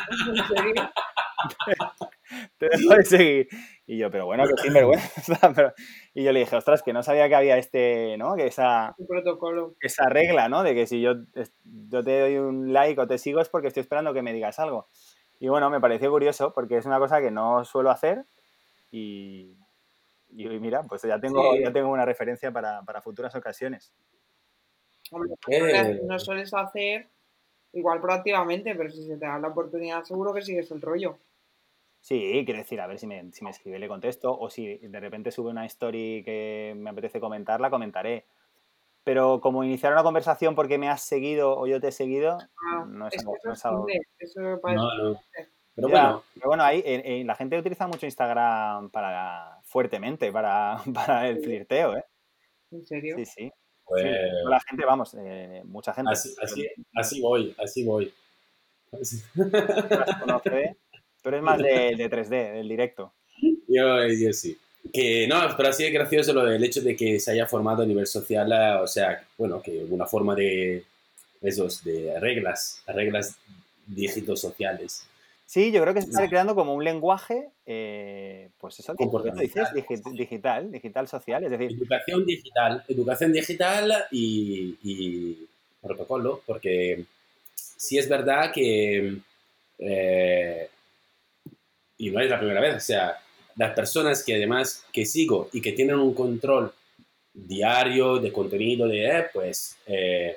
Te dejo de seguir. Y yo, pero bueno, que sinvergüenza. Pero... Y yo le dije, ostras, que no sabía que había este, ¿no? Que esa, protocolo. esa regla, ¿no? De que si yo, yo te doy un like o te sigo es porque estoy esperando que me digas algo. Y bueno, me pareció curioso porque es una cosa que no suelo hacer y, y mira, pues ya tengo, sí. ya tengo una referencia para, para futuras ocasiones. Hombre, eh. no sueles hacer igual proactivamente, pero si se te da la oportunidad seguro que sigues el rollo. Sí, quiero decir, a ver si me, si me escribe, le contesto, o si de repente sube una story que me apetece comentar, la comentaré. Pero como iniciar una conversación porque me has seguido o yo te he seguido, ah, no es, es algo... Eso no es es algo... Eso me parece... No, no. Pero ya, bueno, pero bueno ahí, eh, eh, la gente utiliza mucho Instagram para fuertemente para, para el flirteo, ¿eh? ¿En serio? Sí, sí. Pues... sí la gente, vamos, eh, mucha gente. Así, así, así voy, así voy. Así. Conoce, tú eres más de, de tres D, del directo. Yo, yo sí. Que no, pero así es gracioso lo del hecho de que se haya formado a nivel social, o sea, bueno, que una forma de esos, de reglas, reglas dígitos sociales. Sí, yo creo que se está creando como un lenguaje, eh, pues eso, ¿qué dices? Digi- digital, digital social, es decir... Educación digital, educación digital y, y protocolo, porque sí es verdad que, eh, y no es la primera vez, o sea, las personas que además que sigo y que tienen un control diario de contenido, de, eh, pues, eh,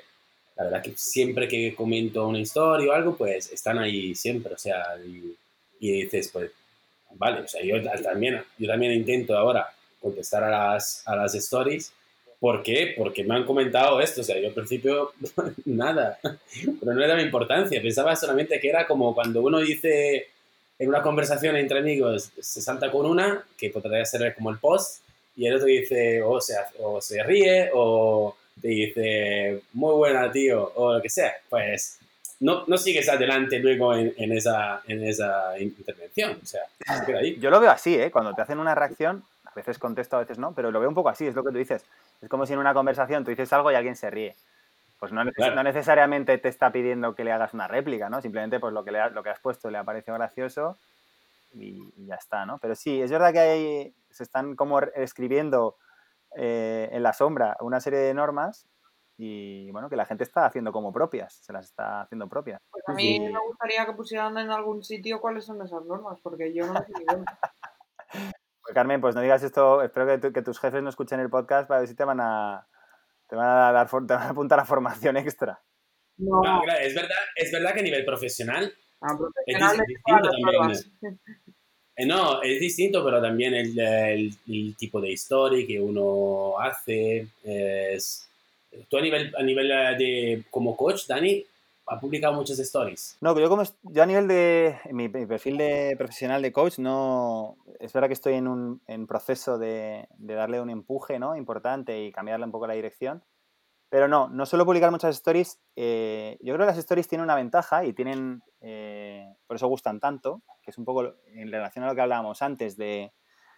la verdad que siempre que comento una historia o algo, pues están ahí siempre, o sea, y, y dices, pues, vale, o sea, yo también, yo también intento ahora contestar a las, a las stories. ¿Por qué? Porque me han comentado esto, o sea, yo al principio nada, pero no le daba importancia, pensaba solamente que era como cuando uno dice en una conversación entre amigos, se salta con una, que podría ser como el post, y el otro dice, o se, o se ríe, o te dice, muy buena, tío, o lo que sea, pues no, no sigues adelante luego en, en, esa, en esa intervención, o sea, se queda ahí. Yo lo veo así, ¿eh? Cuando te hacen una reacción, a veces contesto, a veces no, pero lo veo un poco así, es lo que tú dices. Es como si en una conversación tú dices algo y alguien se ríe. Pues no, neces Claro. no necesariamente te está pidiendo que le hagas una réplica, ¿no? Simplemente pues lo que, le ha, lo que has puesto le ha parecido gracioso y, y ya está, ¿no? Pero sí, es verdad que hay, se están como escribiendo eh, en la sombra una serie de normas y, bueno, que la gente está haciendo como propias, se las está haciendo propias. Pues a mí me gustaría que pusieran en algún sitio cuáles son esas normas, porque yo no me sé ninguna. Pues Carmen, pues no digas esto, espero que, tu, que tus jefes no escuchen el podcast para ver si te van a, te van a, dar, te van a apuntar a formación extra. No, Ah, es verdad, es verdad que a nivel profesional, a profesional es de todas las también. normas. Eh, no, es distinto, pero también el, el, el tipo de historia que uno hace es... Tú a nivel, a nivel de como coach, Dani, ha publicado muchas stories. No, yo como yo a nivel de mi, mi perfil de profesional de coach, no es verdad que estoy en un en proceso de, de darle un empuje, ¿no? Importante y cambiarle un poco la dirección. Pero no, no suelo publicar muchas stories. Eh, yo creo que las stories tienen una ventaja y tienen, eh, por eso gustan tanto, que es un poco en relación a lo que hablábamos antes de,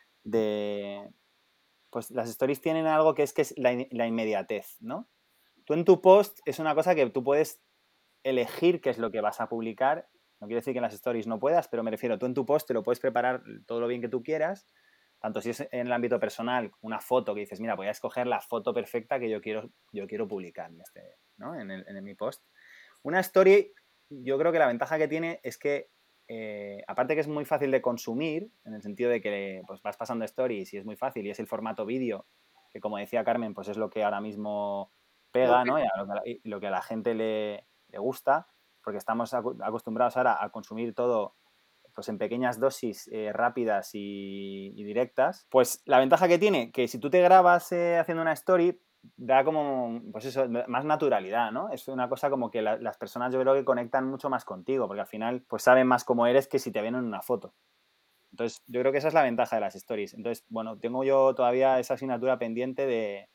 de pues las stories tienen algo que es que es la, la inmediatez, ¿no? Tú en tu post es una cosa que tú puedes elegir qué es lo que vas a publicar. No quiere decir que en las stories no puedas, pero me refiero, tú en tu post te lo puedes preparar todo lo bien que tú quieras, tanto si es en el ámbito personal, una foto que dices, mira, voy a escoger la foto perfecta que yo quiero, yo quiero publicar en, este, ¿no? en, el, en mi post. Una story, yo creo que la ventaja que tiene es que, eh, aparte que es muy fácil de consumir, en el sentido de que pues, vas pasando stories y es muy fácil y es el formato vídeo, que como decía Carmen, pues es lo que ahora mismo pega, ¿no? Y a lo que a la, y lo que a la gente le, le gusta, porque estamos acostumbrados ahora a consumir todo pues en pequeñas dosis eh, rápidas y, y directas. Pues la ventaja que tiene, que si tú te grabas eh, haciendo una story, da como, pues eso, más naturalidad, ¿no? Es una cosa como que la, las personas yo creo que conectan mucho más contigo, porque al final pues saben más cómo eres que si te ven en una foto. Entonces yo creo que esa es la ventaja de las stories. Entonces, bueno, tengo yo todavía esa asignatura pendiente de,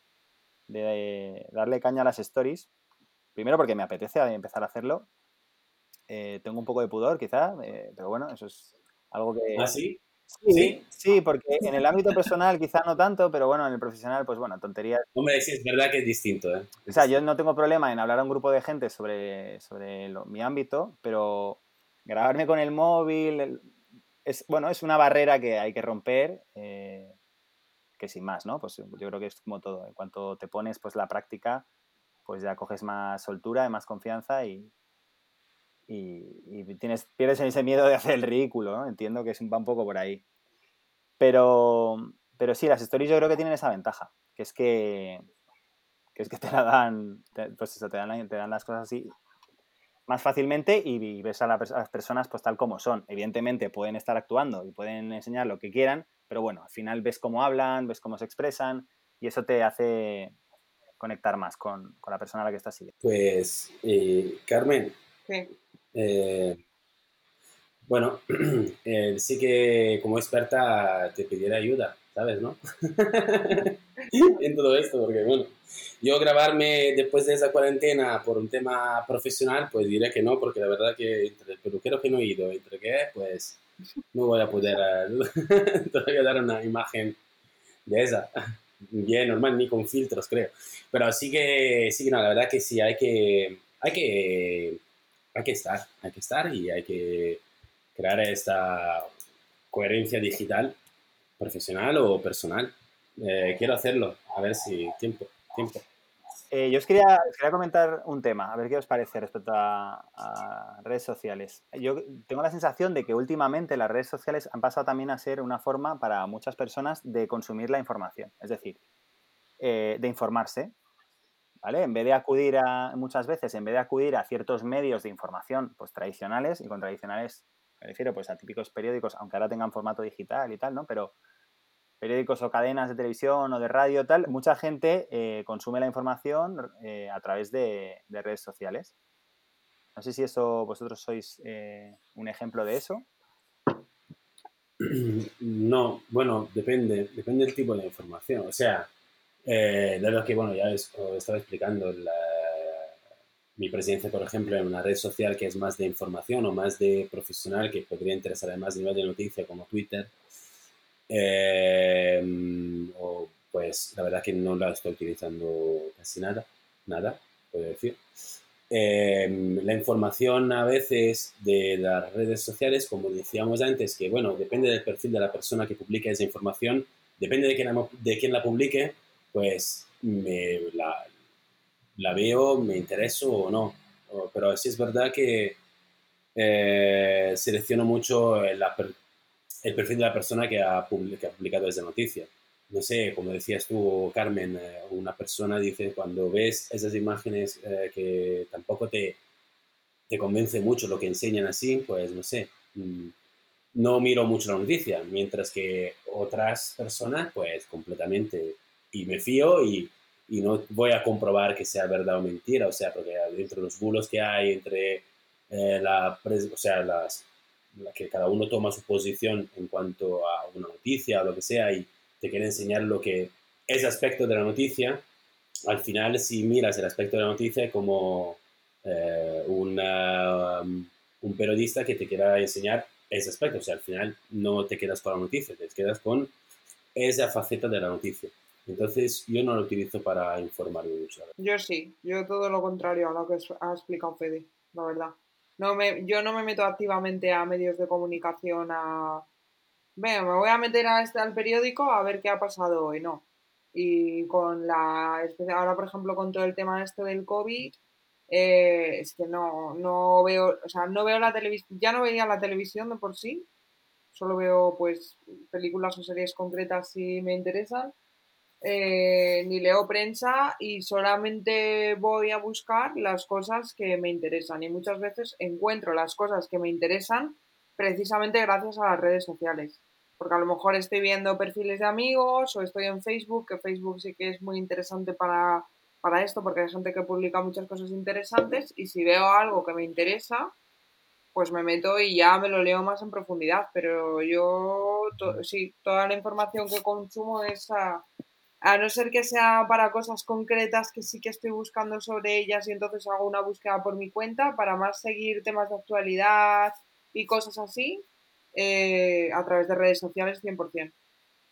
de darle caña a las stories. Primero porque me apetece empezar a hacerlo. Eh, tengo un poco de pudor, quizá, eh, pero bueno, eso es algo que... ¿Ah, sí? Sí, ¿Sí? sí, porque en el ámbito personal quizá no tanto, pero bueno, en el profesional, pues bueno, tonterías. Hombre, sí, es verdad que es distinto, ¿eh? O sea, yo no tengo problema en hablar a un grupo de gente sobre, sobre lo, mi ámbito, pero grabarme con el móvil, el, es, bueno, es una barrera que hay que romper, eh, que sin más, ¿no? Pues yo creo que es como todo. En cuanto te pones pues la práctica, pues ya coges más soltura y más confianza y, y, y tienes, pierdes ese miedo de hacer el ridículo, ¿no? Entiendo que es un, va un poco por ahí. Pero, pero sí, las stories yo creo que tienen esa ventaja, que es que, que, es que te la dan, te, pues eso, te dan, te dan las cosas así más fácilmente y, y ves a, la, a las personas pues tal como son. Evidentemente pueden estar actuando y pueden enseñar lo que quieran, pero bueno, al final ves cómo hablan, ves cómo se expresan y eso te hace conectar más con, con la persona a la que estás siguiendo. Pues, eh, Carmen, Sí. eh, bueno, eh, sí que como experta te pidiera ayuda, ¿sabes, no? En todo esto, porque bueno, yo grabarme después de esa cuarentena por un tema profesional, pues diré que no, porque la verdad que entre el peluquero que no he ido, entre qué, pues no voy a poder uh, todavía dar una imagen de esa. Bien, normal, ni con filtros, creo. Pero sí que, sí que no, la verdad que sí, hay que, hay que, hay que estar, hay que estar y hay que crear esta coherencia digital, profesional o personal. Eh, quiero hacerlo, a ver si tiempo, tiempo. Eh, yo os quería, os quería comentar un tema, a ver qué os parece respecto a, a redes sociales. Yo tengo la sensación de que últimamente las redes sociales han pasado también a ser una forma para muchas personas de consumir la información, es decir, eh, de informarse. ¿vale? En vez de acudir a, muchas veces, en vez de acudir a ciertos medios de información pues tradicionales, y con tradicionales me refiero pues a típicos periódicos, aunque ahora tengan formato digital y tal, ¿no? Pero periódicos o cadenas de televisión o de radio tal, mucha gente eh, consume la información eh, a través de, de redes sociales. No sé si eso vosotros sois eh, un ejemplo de eso. No, bueno, depende, depende del tipo de información. O sea, eh, dado que, bueno, ya os estaba explicando la, mi presencia, por ejemplo, en una red social que es más de información o más de profesional, que podría interesar además a nivel de noticia, como Twitter, eh, o pues la verdad que no la estoy utilizando casi nada, nada, puedo decir. Eh, la información a veces de las redes sociales, como decíamos antes, que bueno, depende del perfil de la persona que publique esa información, depende de quién la, de quién la publique, pues me la, la veo, me intereso o no. O, pero sí es verdad que eh, selecciono mucho el, el perfil de la persona que ha, public, que ha publicado esa noticia. No sé, como decías tú, Carmen, eh, una persona dice, cuando ves esas imágenes eh, que tampoco te, te convence mucho lo que enseñan así, pues no sé, mmm, no miro mucho la noticia, mientras que otras personas, pues completamente, y me fío y, y no voy a comprobar que sea verdad o mentira, o sea, porque dentro de los bulos que hay, entre eh, la, o sea, las, la que cada uno toma su posición en cuanto a una noticia o lo que sea y te quiere enseñar lo que es aspecto de la noticia, al final si miras el aspecto de la noticia como eh, una, un periodista que te quiera enseñar ese aspecto, o sea, al final no te quedas con la noticia, te quedas con esa faceta de la noticia. Entonces, yo no lo utilizo para informarme mucho. Yo sí, yo todo lo contrario a lo que ha explicado Fede, la verdad. No me, yo no me meto activamente a medios de comunicación a... Venga, me voy a meter a este, al periódico a ver qué ha pasado hoy, no. Y con la... Ahora, por ejemplo, con todo el tema este del COVID, eh, es que no, no veo... O sea, no veo la televisión... Ya no veía la televisión de por sí. Solo veo, pues, películas o series concretas si me interesan. Eh, ni leo prensa y solamente voy a buscar las cosas que me interesan y muchas veces encuentro las cosas que me interesan precisamente gracias a las redes sociales, porque a lo mejor estoy viendo perfiles de amigos o estoy en Facebook, que Facebook sí que es muy interesante para, para esto porque hay gente que publica muchas cosas interesantes y si veo algo que me interesa pues me meto y ya me lo leo más en profundidad, pero yo to- sí, toda la información que consumo es a, a no ser que sea para cosas concretas que sí que estoy buscando sobre ellas y entonces hago una búsqueda por mi cuenta, para más seguir temas de actualidad y cosas así, eh, a través de redes sociales cien por ciento.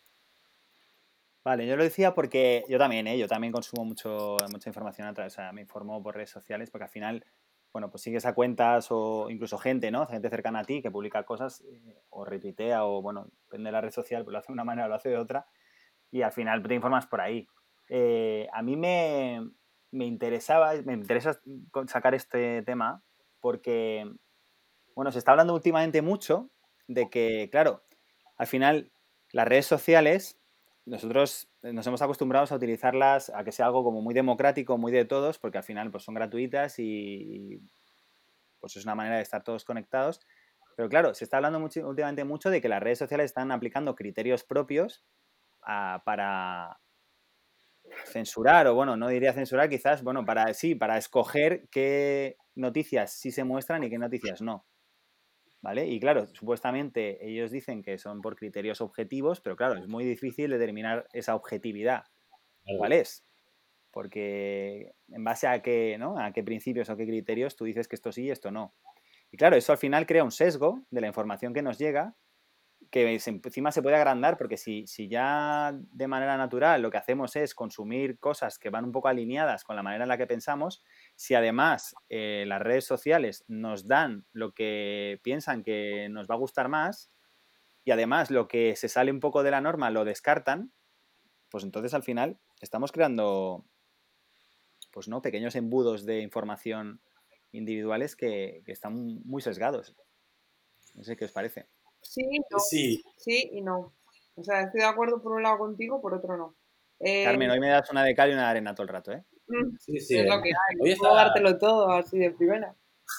Vale, yo lo decía porque yo también, ¿eh? Yo también consumo mucho, mucha información a través, o sea, me informo por redes sociales porque al final, bueno, pues sigues a cuentas o incluso gente, ¿no? Gente cercana a ti que publica cosas eh, o retuitea o, bueno, depende de la red social, pues lo hace de una manera o lo hace de otra y al final te informas por ahí. Eh, a mí me, me interesaba, me interesa sacar este tema porque, bueno, se está hablando últimamente mucho de que, claro, al final las redes sociales, nosotros nos hemos acostumbrado a utilizarlas a que sea algo como muy democrático, muy de todos, porque al final pues son gratuitas y, y pues es una manera de estar todos conectados. Pero claro, se está hablando mucho, últimamente mucho de que las redes sociales están aplicando criterios propios a, para censurar, o bueno, no diría censurar, quizás, bueno, para sí, para escoger qué noticias sí se muestran y qué noticias no. ¿Vale? Y claro, supuestamente ellos dicen que son por criterios objetivos, pero claro, es muy difícil determinar esa objetividad. ¿Cuál es? Porque en base a qué, ¿no? A qué principios o qué criterios tú dices que esto sí y esto no. Y claro, eso al final crea un sesgo de la información que nos llega que encima se puede agrandar porque si, si ya de manera natural lo que hacemos es consumir cosas que van un poco alineadas con la manera en la que pensamos, si además eh, las redes sociales nos dan lo que piensan que nos va a gustar más y además lo que se sale un poco de la norma lo descartan, pues entonces al final estamos creando pues no pequeños embudos de información individuales que, que están muy sesgados. No sé qué os parece. Sí, no. Sí. Sí y no. O sea, estoy de acuerdo por un lado contigo, por otro no. Eh, Carmen, hoy me das una de cal y una de arena todo el rato, ¿eh? Sí, sí. Es eh. lo que hay. Hoy Puedo está... dártelo todo así de primera.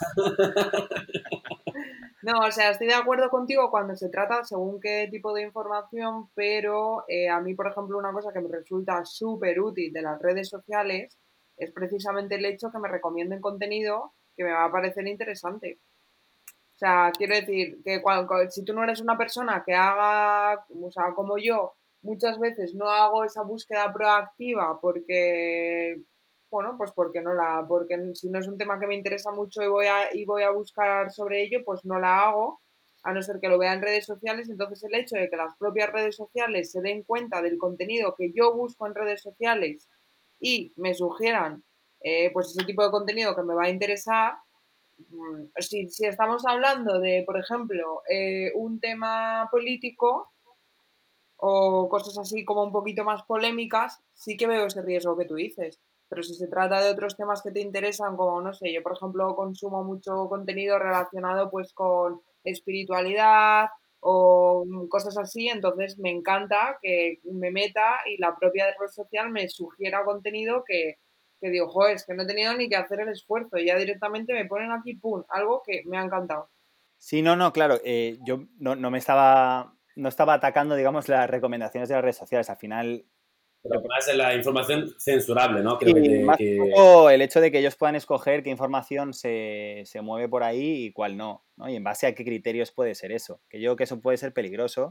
No, o sea, estoy de acuerdo contigo cuando se trata según qué tipo de información, pero eh, a mí, por ejemplo, una cosa que me resulta súper útil de las redes sociales es precisamente el hecho que me recomienden contenido que me va a parecer interesante. O sea, quiero decir que cuando, si tú no eres una persona que haga, o sea, como yo, muchas veces no hago esa búsqueda proactiva porque, bueno, pues porque no la, porque si no es un tema que me interesa mucho y voy a, y voy a buscar sobre ello, pues no la hago, a no ser que lo vea en redes sociales. Entonces el hecho de que las propias redes sociales se den cuenta del contenido que yo busco en redes sociales y me sugieran, eh, pues ese tipo de contenido que me va a interesar. Si, si estamos hablando de, por ejemplo, eh, un tema político o cosas así como un poquito más polémicas, sí que veo ese riesgo que tú dices. Pero si se trata de otros temas que te interesan, como, no sé, yo, por ejemplo, consumo mucho contenido relacionado pues con espiritualidad o cosas así, entonces me encanta que me meta y la propia red social me sugiera contenido que, que digo, joder, es que no he tenido ni que hacer el esfuerzo, ya directamente me ponen aquí, pum, algo que me ha encantado. Sí, no, no, claro. eh, yo no, no me estaba, no estaba atacando, digamos, las recomendaciones de las redes sociales. Al final, yo, Pero más de la información censurable, ¿no? Creo sí, que, te, más un que... poco el hecho de que ellos puedan escoger qué información se, se mueve por ahí y cuál no, ¿no? Y en base a qué criterios puede ser eso. Que yo creo que eso puede ser peligroso,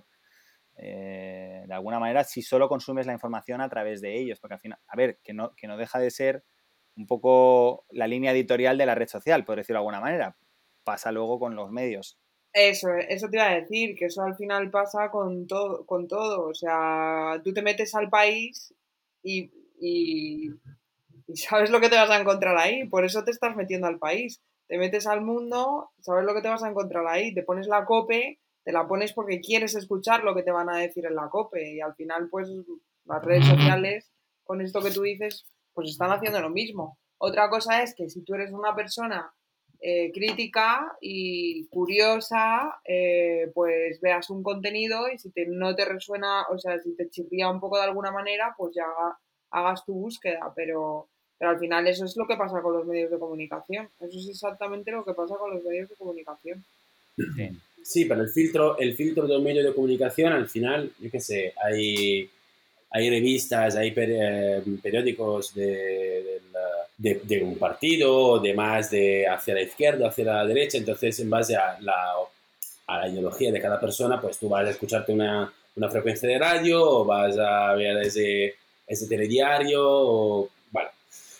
eh, de alguna manera, si solo consumes la información a través de ellos. Porque al final, a ver, que no, que no deja de ser un poco la línea editorial de la red social, por decirlo de alguna manera. Pasa luego con los medios. Eso, eso te iba a decir, que eso al final pasa con todo, con todo. O sea, tú te metes al país y, y, y sabes lo que te vas a encontrar ahí, por eso te estás metiendo al país. Te metes al mundo, sabes lo que te vas a encontrar ahí, te pones la COPE, te la pones porque quieres escuchar lo que te van a decir en la COPE y al final pues las redes sociales, con esto que tú dices, pues están haciendo lo mismo. Otra cosa es que si tú eres una persona eh, crítica y curiosa, eh, pues veas un contenido y si te, no te resuena, o sea, si te chirría un poco de alguna manera, pues ya hagas tu búsqueda, pero, pero al final eso es lo que pasa con los medios de comunicación. Eso es exactamente lo que pasa con los medios de comunicación. Sí. Sí, pero el filtro, el filtro de un medio de comunicación, al final, yo qué sé, hay, hay revistas, hay per, eh, periódicos de, de, de, de un partido, de más de hacia la izquierda, hacia la derecha, entonces en base a la, a la ideología de cada persona, pues tú vas a escucharte una, una frecuencia de radio o vas a ver ese, ese telediario, o, bueno.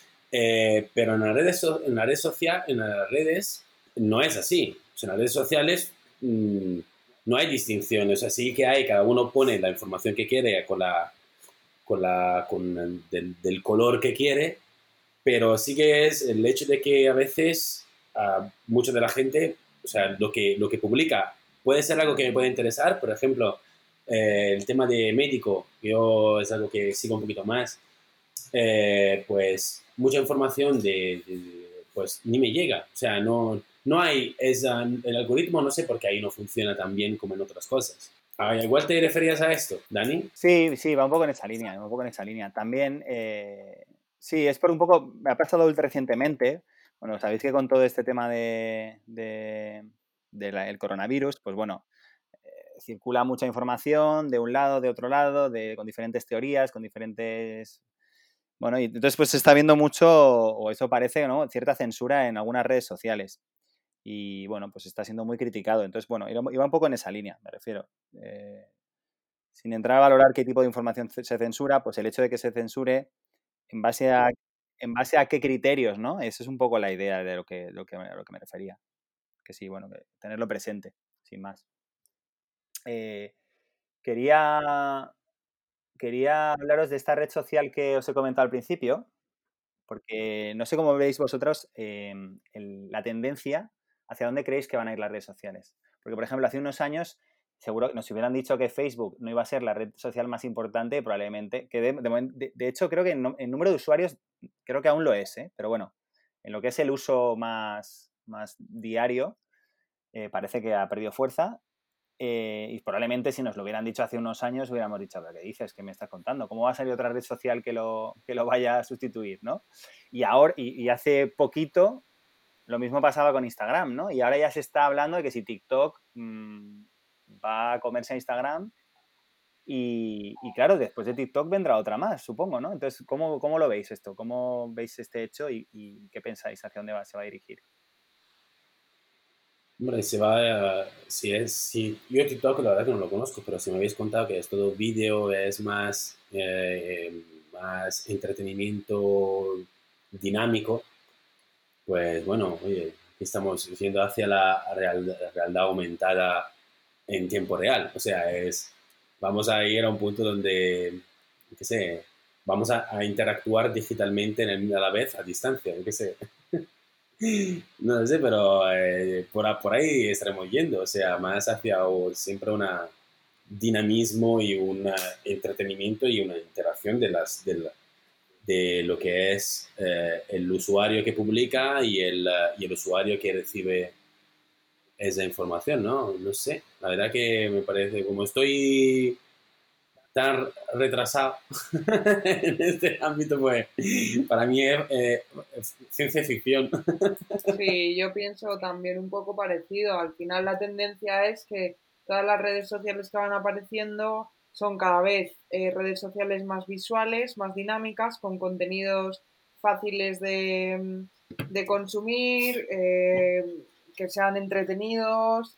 Eh, pero en las redes, so, en las redes sociales, en las redes no es así. O sea, en las redes sociales mmm, no hay distinciones. Así que hay, cada uno pone la información que quiere con la, con la, con el, del, del color que quiere, pero sí que es el hecho de que a veces a mucha de la gente, o sea, lo que, lo que publica puede ser algo que me puede interesar. Por ejemplo, eh, el tema de médico, yo es algo que sigo un poquito más. Eh, pues mucha información de, de, de, pues ni me llega, o sea, no, no hay esa, el algoritmo, no sé por qué ahí no funciona tan bien como en otras cosas. Ah, igual te referías a esto, Dani. Sí, sí, va un poco en esa línea, va un poco en esa línea. También, eh, sí, es por un poco, me ha pasado ultra recientemente, bueno, sabéis que con todo este tema de, de, de la, el coronavirus, pues bueno, eh, circula mucha información de un lado, de otro lado, de, con diferentes teorías, con diferentes... Bueno, y entonces pues se está viendo mucho, o eso parece, ¿no?, cierta censura en algunas redes sociales. Y bueno, pues está siendo muy criticado. Entonces, bueno, iba un poco en esa línea, me refiero. Eh, sin entrar a valorar qué tipo de información se censura, pues el hecho de que se censure en base a, en base a qué criterios, ¿no? Esa es un poco la idea de lo que, lo que, a lo que me refería. Que sí, bueno, que tenerlo presente, sin más. Eh, quería, quería hablaros de esta red social que os he comentado al principio, porque no sé cómo veis vosotros eh, el, la tendencia hacia dónde creéis que van a ir las redes sociales. Porque, por ejemplo, hace unos años seguro que nos hubieran dicho que Facebook no iba a ser la red social más importante, probablemente, que de, de, de hecho creo que en, en número de usuarios creo que aún lo es, ¿eh? Pero bueno, en lo que es el uso más, más diario, eh, parece que ha perdido fuerza. Eh, y probablemente si nos lo hubieran dicho hace unos años hubiéramos dicho, ¿pero qué dices? ¿Qué me estás contando? ¿Cómo va a salir otra red social que lo, que lo vaya a sustituir, ¿no? Y ahora, y, y hace poquito lo mismo pasaba con Instagram, ¿no? Y ahora ya se está hablando de que si TikTok mmm, va a comerse a Instagram y, y claro, después de TikTok vendrá otra más, supongo, ¿no? Entonces, ¿cómo, cómo lo veis esto? ¿Cómo veis este hecho y, y qué pensáis? ¿Hacia dónde va, se va a dirigir? Hombre, se va, a- si es, si, yo TikTok la verdad que no lo conozco, pero si me habéis contado que es todo vídeo, es más, eh, más entretenimiento dinámico, pues bueno, oye, estamos yendo hacia la real- realidad aumentada en tiempo real. O sea, es, vamos a ir a un punto donde, qué sé, vamos a, a interactuar digitalmente en el- a la vez a distancia, qué sé. No lo sé, pero eh, por, a- por ahí estaremos yendo, o sea, más hacia o siempre un dinamismo y un entretenimiento y una interacción de, las, de, la- de lo que es eh, el usuario que publica y el, eh, y el usuario que recibe esa información, ¿no? No sé, la verdad que me parece, como estoy tan retrasado en este ámbito, pues para mí es, eh, es ciencia ficción. Sí, yo pienso también un poco parecido. Al final la tendencia es que todas las redes sociales que van apareciendo son cada vez eh, redes sociales más visuales, más dinámicas, con contenidos fáciles de, de consumir, eh, que sean entretenidos.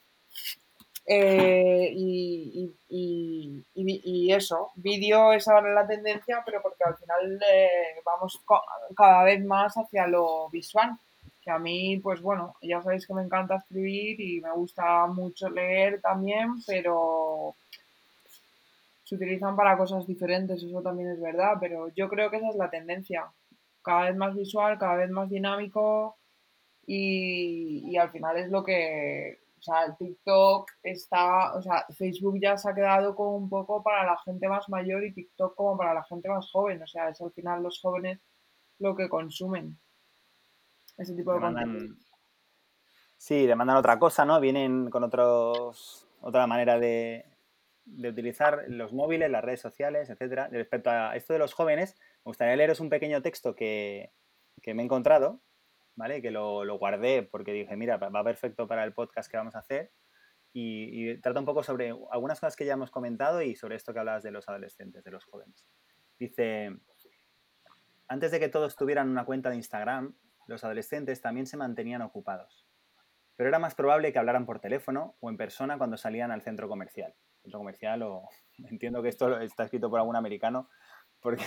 Eh, y, y, y, y, eso, vídeo es ahora la tendencia, pero porque al final eh, vamos cada vez más hacia lo visual. Que a mí, pues bueno, ya sabéis que me encanta escribir y me gusta mucho leer también, pero se utilizan para cosas diferentes, eso también es verdad, pero yo creo que esa es la tendencia. Cada vez más visual, cada vez más dinámico y, y al final es lo que, o sea, el TikTok está, o sea, Facebook ya se ha quedado como un poco para la gente más mayor y TikTok como para la gente más joven, o sea, es al final los jóvenes lo que consumen ese tipo de contenido. Demandan, sí, demandan otra cosa, ¿no? Vienen con otros, otra manera de, de utilizar los móviles, las redes sociales, etcétera. Respecto a esto de los jóvenes, me gustaría leeros un pequeño texto que, que me he encontrado, ¿vale? Que lo, lo guardé porque dije, mira, va perfecto para el podcast que vamos a hacer. Y, y trata un poco sobre algunas cosas que ya hemos comentado y sobre esto que hablabas de los adolescentes, de los jóvenes. Dice, antes de que todos tuvieran una cuenta de Instagram, los adolescentes también se mantenían ocupados. Pero era más probable que hablaran por teléfono o en persona cuando salían al centro comercial. Centro comercial o... Entiendo que esto está escrito por algún americano porque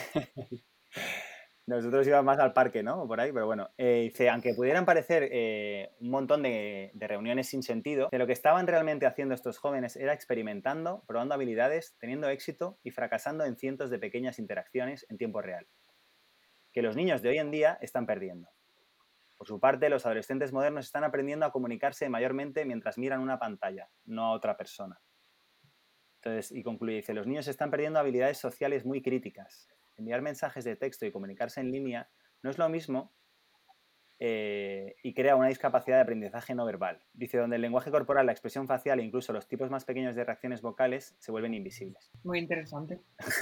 nosotros íbamos más al parque, ¿no? Por ahí, pero bueno. Eh, dice, aunque pudieran parecer eh, un montón de, de reuniones sin sentido, de lo que estaban realmente haciendo estos jóvenes era experimentando, probando habilidades, teniendo éxito y fracasando en cientos de pequeñas interacciones en tiempo real, que los niños de hoy en día están perdiendo. Por su parte, los adolescentes modernos están aprendiendo a comunicarse mayormente mientras miran una pantalla, no a otra persona. Entonces, y concluye, dice, los niños están perdiendo habilidades sociales muy críticas. Enviar mensajes de texto y comunicarse en línea no es lo mismo eh, y crea una discapacidad de aprendizaje no verbal. Dice, donde el lenguaje corporal, la expresión facial e incluso los tipos más pequeños de reacciones vocales se vuelven invisibles. Muy interesante.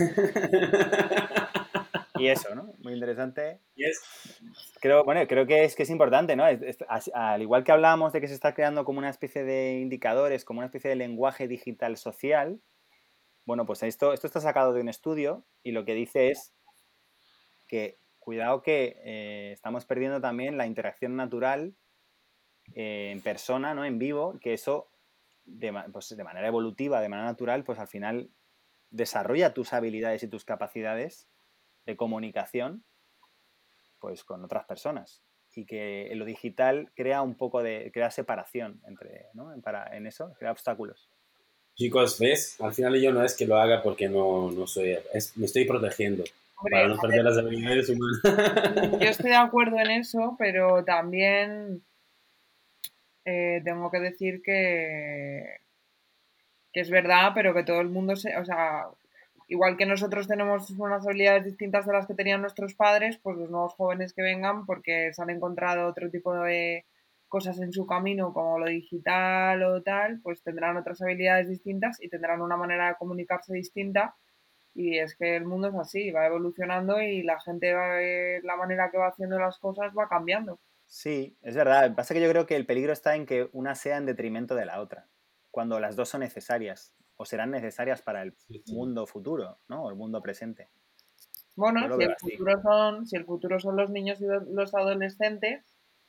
Y eso, ¿no? Muy interesante. Yes. Creo, bueno, creo que es, que es importante, ¿no? Es, es, al igual que hablábamos de que se está creando como una especie de indicadores, como una especie de lenguaje digital social, bueno, pues esto, esto está sacado de un estudio y lo que dice es que cuidado que eh, estamos perdiendo también la interacción natural eh, en persona, ¿no? En vivo, que eso de, pues, de manera evolutiva, de manera natural, pues al final desarrolla tus habilidades y tus capacidades de comunicación pues con otras personas y que en lo digital crea un poco de crea separación entre, ¿no? Para, en eso, crea obstáculos. Chicos, ¿ves? Al final yo no es que lo haga porque no, no soy, es, me estoy protegiendo. Hombre, para no perder las habilidades humanas. yo estoy de acuerdo en eso, pero también eh, tengo que decir que, que es verdad, pero que todo el mundo se, o sea, igual que nosotros tenemos unas habilidades distintas de las que tenían nuestros padres, pues los nuevos jóvenes que vengan, porque se han encontrado otro tipo de, cosas en su camino como lo digital o tal, pues tendrán otras habilidades distintas y tendrán una manera de comunicarse distinta. Y es que el mundo es así, va evolucionando y la gente va a ver la manera que va haciendo las cosas va cambiando. Sí, es verdad. Lo que pasa es que yo creo que el peligro está en que una sea en detrimento de la otra, cuando las dos son necesarias o serán necesarias para el Sí, sí. mundo futuro, ¿no? O el mundo presente. Yo Bueno, lo si veo el así. futuro son, si el futuro son los niños y los adolescentes,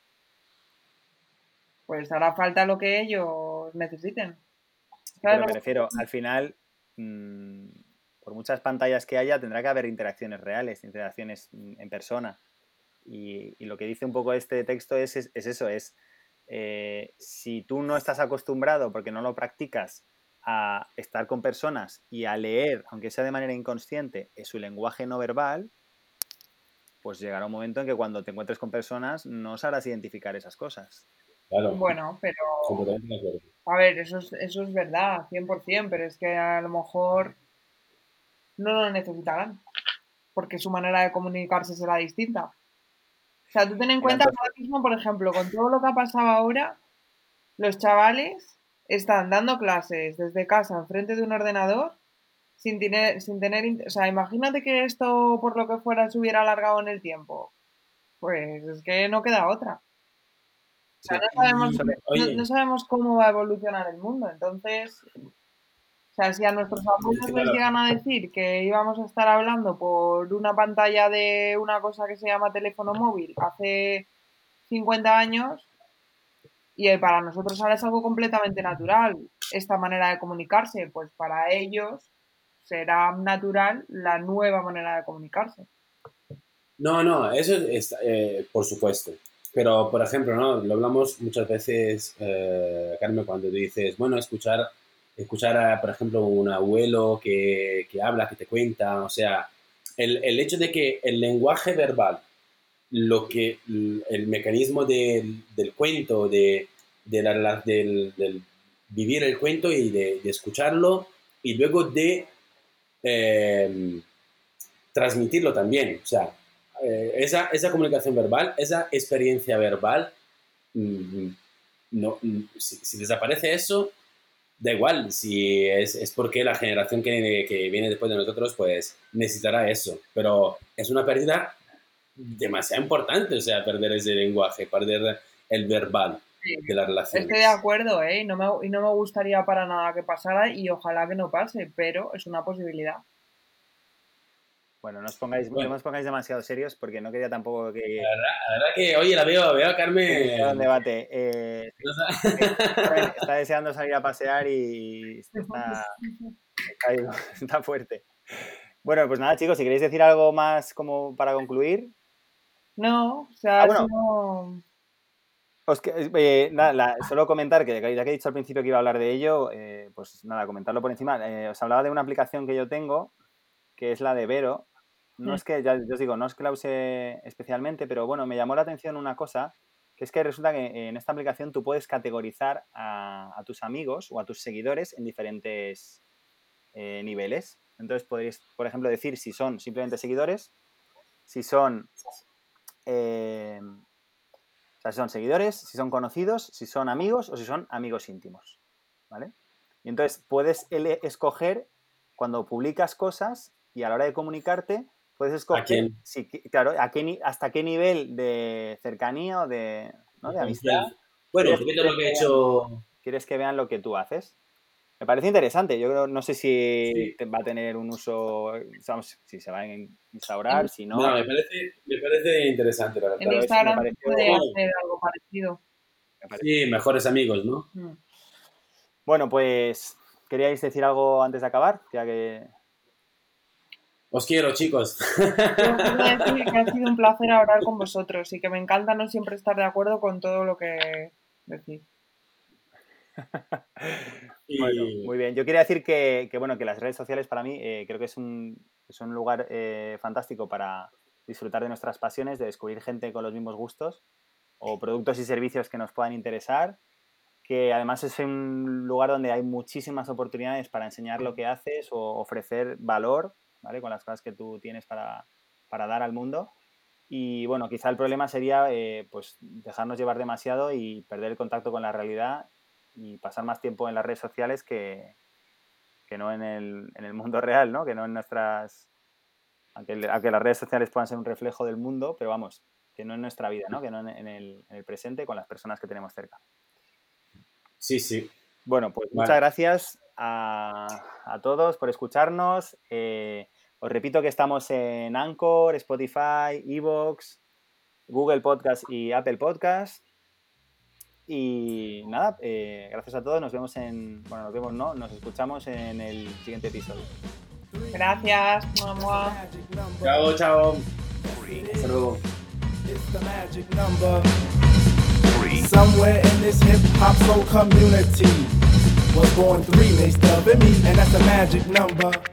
pues hará falta lo que ellos necesiten. ¿Sabes Pero lo me que- refiero, al final, mmm, por muchas pantallas que haya, tendrá que haber interacciones reales, interacciones mm, en persona. Y, y lo que dice un poco este texto es, es, es eso, es eh, si tú no estás acostumbrado, porque no lo practicas, a estar con personas y a leer, aunque sea de manera inconsciente, su lenguaje no verbal, pues llegará un momento en que cuando te encuentres con personas no sabrás identificar esas cosas. Claro, Bueno, pero completamente de acuerdo. a ver, eso es, eso es verdad, cien por ciento, pero es que a lo mejor no lo necesitarán, porque su manera de comunicarse será distinta. O sea, tú ten en Mira, cuenta que entonces, ahora mismo, por ejemplo, con todo lo que ha pasado ahora, los chavales están dando clases desde casa, enfrente de un ordenador, sin tener, sin tener, in- o sea, imagínate que esto, por lo que fuera, se hubiera alargado en el tiempo. Pues es que no queda otra. O sea, Sí. no sabemos, Y, eso le- no, no oye, sabemos cómo va a evolucionar el mundo. Entonces, o sea, si a nuestros abuelos sí, les claro. llegan a decir que íbamos a estar hablando por una pantalla de una cosa que se llama teléfono móvil hace cincuenta años, y eh, para nosotros ahora es algo completamente natural esta manera de comunicarse, pues para ellos será natural la nueva manera de comunicarse. No, no, eso es, eh, por supuesto. Pero, por ejemplo, ¿no? Lo hablamos muchas veces, eh, Carmen, cuando tú dices, bueno, escuchar, escuchar a, por ejemplo, un abuelo que, que habla, que te cuenta, o sea, el, el hecho de que el lenguaje verbal, lo que, el mecanismo del, del cuento, de, de la- la- del, del vivir el cuento y de, de escucharlo, y luego de eh, transmitirlo también. O sea, eh, esa, esa comunicación verbal, esa experiencia verbal, mm, no, mm, si, si desaparece eso, da igual, si es, es porque la generación que, que viene después de nosotros, pues necesitará eso. Pero es una pérdida demasiado importante, o sea, perder ese lenguaje, perder el verbal Sí. de las Estoy de relaciones. acuerdo, ¿eh? Y no me, y no me gustaría para nada que pasara y ojalá que no pase, pero es una posibilidad. bueno, no os, pongáis, no Bueno, os pongáis demasiado serios porque no quería tampoco que, la verdad, la verdad que, oye, la veo, veo a que iniciara un Carmen. debate. Eh, No sé que Carmen sé. está deseando salir a pasear y está, está, ahí, está fuerte. Bueno, pues nada, chicos, si queréis decir algo más como para concluir. No, o sea, Ah, ha bueno, sido... os que- eh, nada, la- solo comentar que ya que he dicho al principio que iba a hablar de ello, eh, pues nada, comentarlo por encima. Eh, os hablaba de una aplicación que yo tengo, que es la de Vero. No es que, ya, ya os digo, no es que la use especialmente, pero bueno, me llamó la atención una cosa, que es que resulta que en esta aplicación tú puedes categorizar a, a tus amigos o a tus seguidores en diferentes eh, niveles. Entonces podréis, por ejemplo, decir si son simplemente seguidores, si son... eh, o sea, si son seguidores, si son conocidos, si son amigos o si son amigos íntimos, ¿vale? Y entonces puedes ele- escoger cuando publicas cosas y a la hora de comunicarte, puedes ¿A escoger, quién? si, claro, a qué, ni- hasta qué nivel de cercanía o de, ¿no? De de amistad confianza. Bueno, un quieres, poquito quieres lo que he que vean, hecho. quieres que vean lo que tú haces. Me parece interesante. Yo creo, no sé si Sí. te- va a tener un uso, vamos, si se va a instaurar, En, si No, no, me parece, me parece interesante, la en verdad. pero es, me Instagram se pareció, puede Bueno, hacer algo parecido. me pareció. sí, mejores amigos, ¿no? Mm. Bueno, pues, ¿queríais decir algo antes de acabar? Ya que... Os quiero, chicos. Yo quiero decir que ha sido un placer hablar con vosotros y que me encanta no siempre estar de acuerdo con todo lo que decís. Bueno, Y muy bien. Yo quería decir que, que, bueno, que las redes sociales para mí eh, creo que es un, es un lugar eh, fantástico para disfrutar de nuestras pasiones, de descubrir gente con los mismos gustos o productos y servicios que nos puedan interesar, que además es un lugar donde hay muchísimas oportunidades para enseñar lo que haces o ofrecer valor, ¿vale? Con las cosas que tú tienes para, para dar al mundo. Y bueno, quizá el problema sería eh, pues dejarnos llevar demasiado y perder el contacto con la realidad y pasar más tiempo en las redes sociales que, que no en el, en el mundo real, ¿no? Que no en nuestras... Aunque, aunque las redes sociales puedan ser un reflejo del mundo, pero vamos, que no en nuestra vida, ¿no? Que no en, en, el, en el presente con las personas que tenemos cerca. Sí, sí. Bueno, pues Vale. muchas gracias a, a todos por escucharnos. Eh, os repito que estamos en Anchor, Spotify, iVoox, Google Podcast y Apple Podcast. Y nada, eh, gracias a todos. Nos vemos en... Bueno, nos vemos, no, nos escuchamos en el siguiente episodio. Gracias. Mua, mua. Chao, chao. Hasta luego. It's the magic number. Somewhere in this hip hop soul community was born three, Mace Dub and me, and that's the magic number.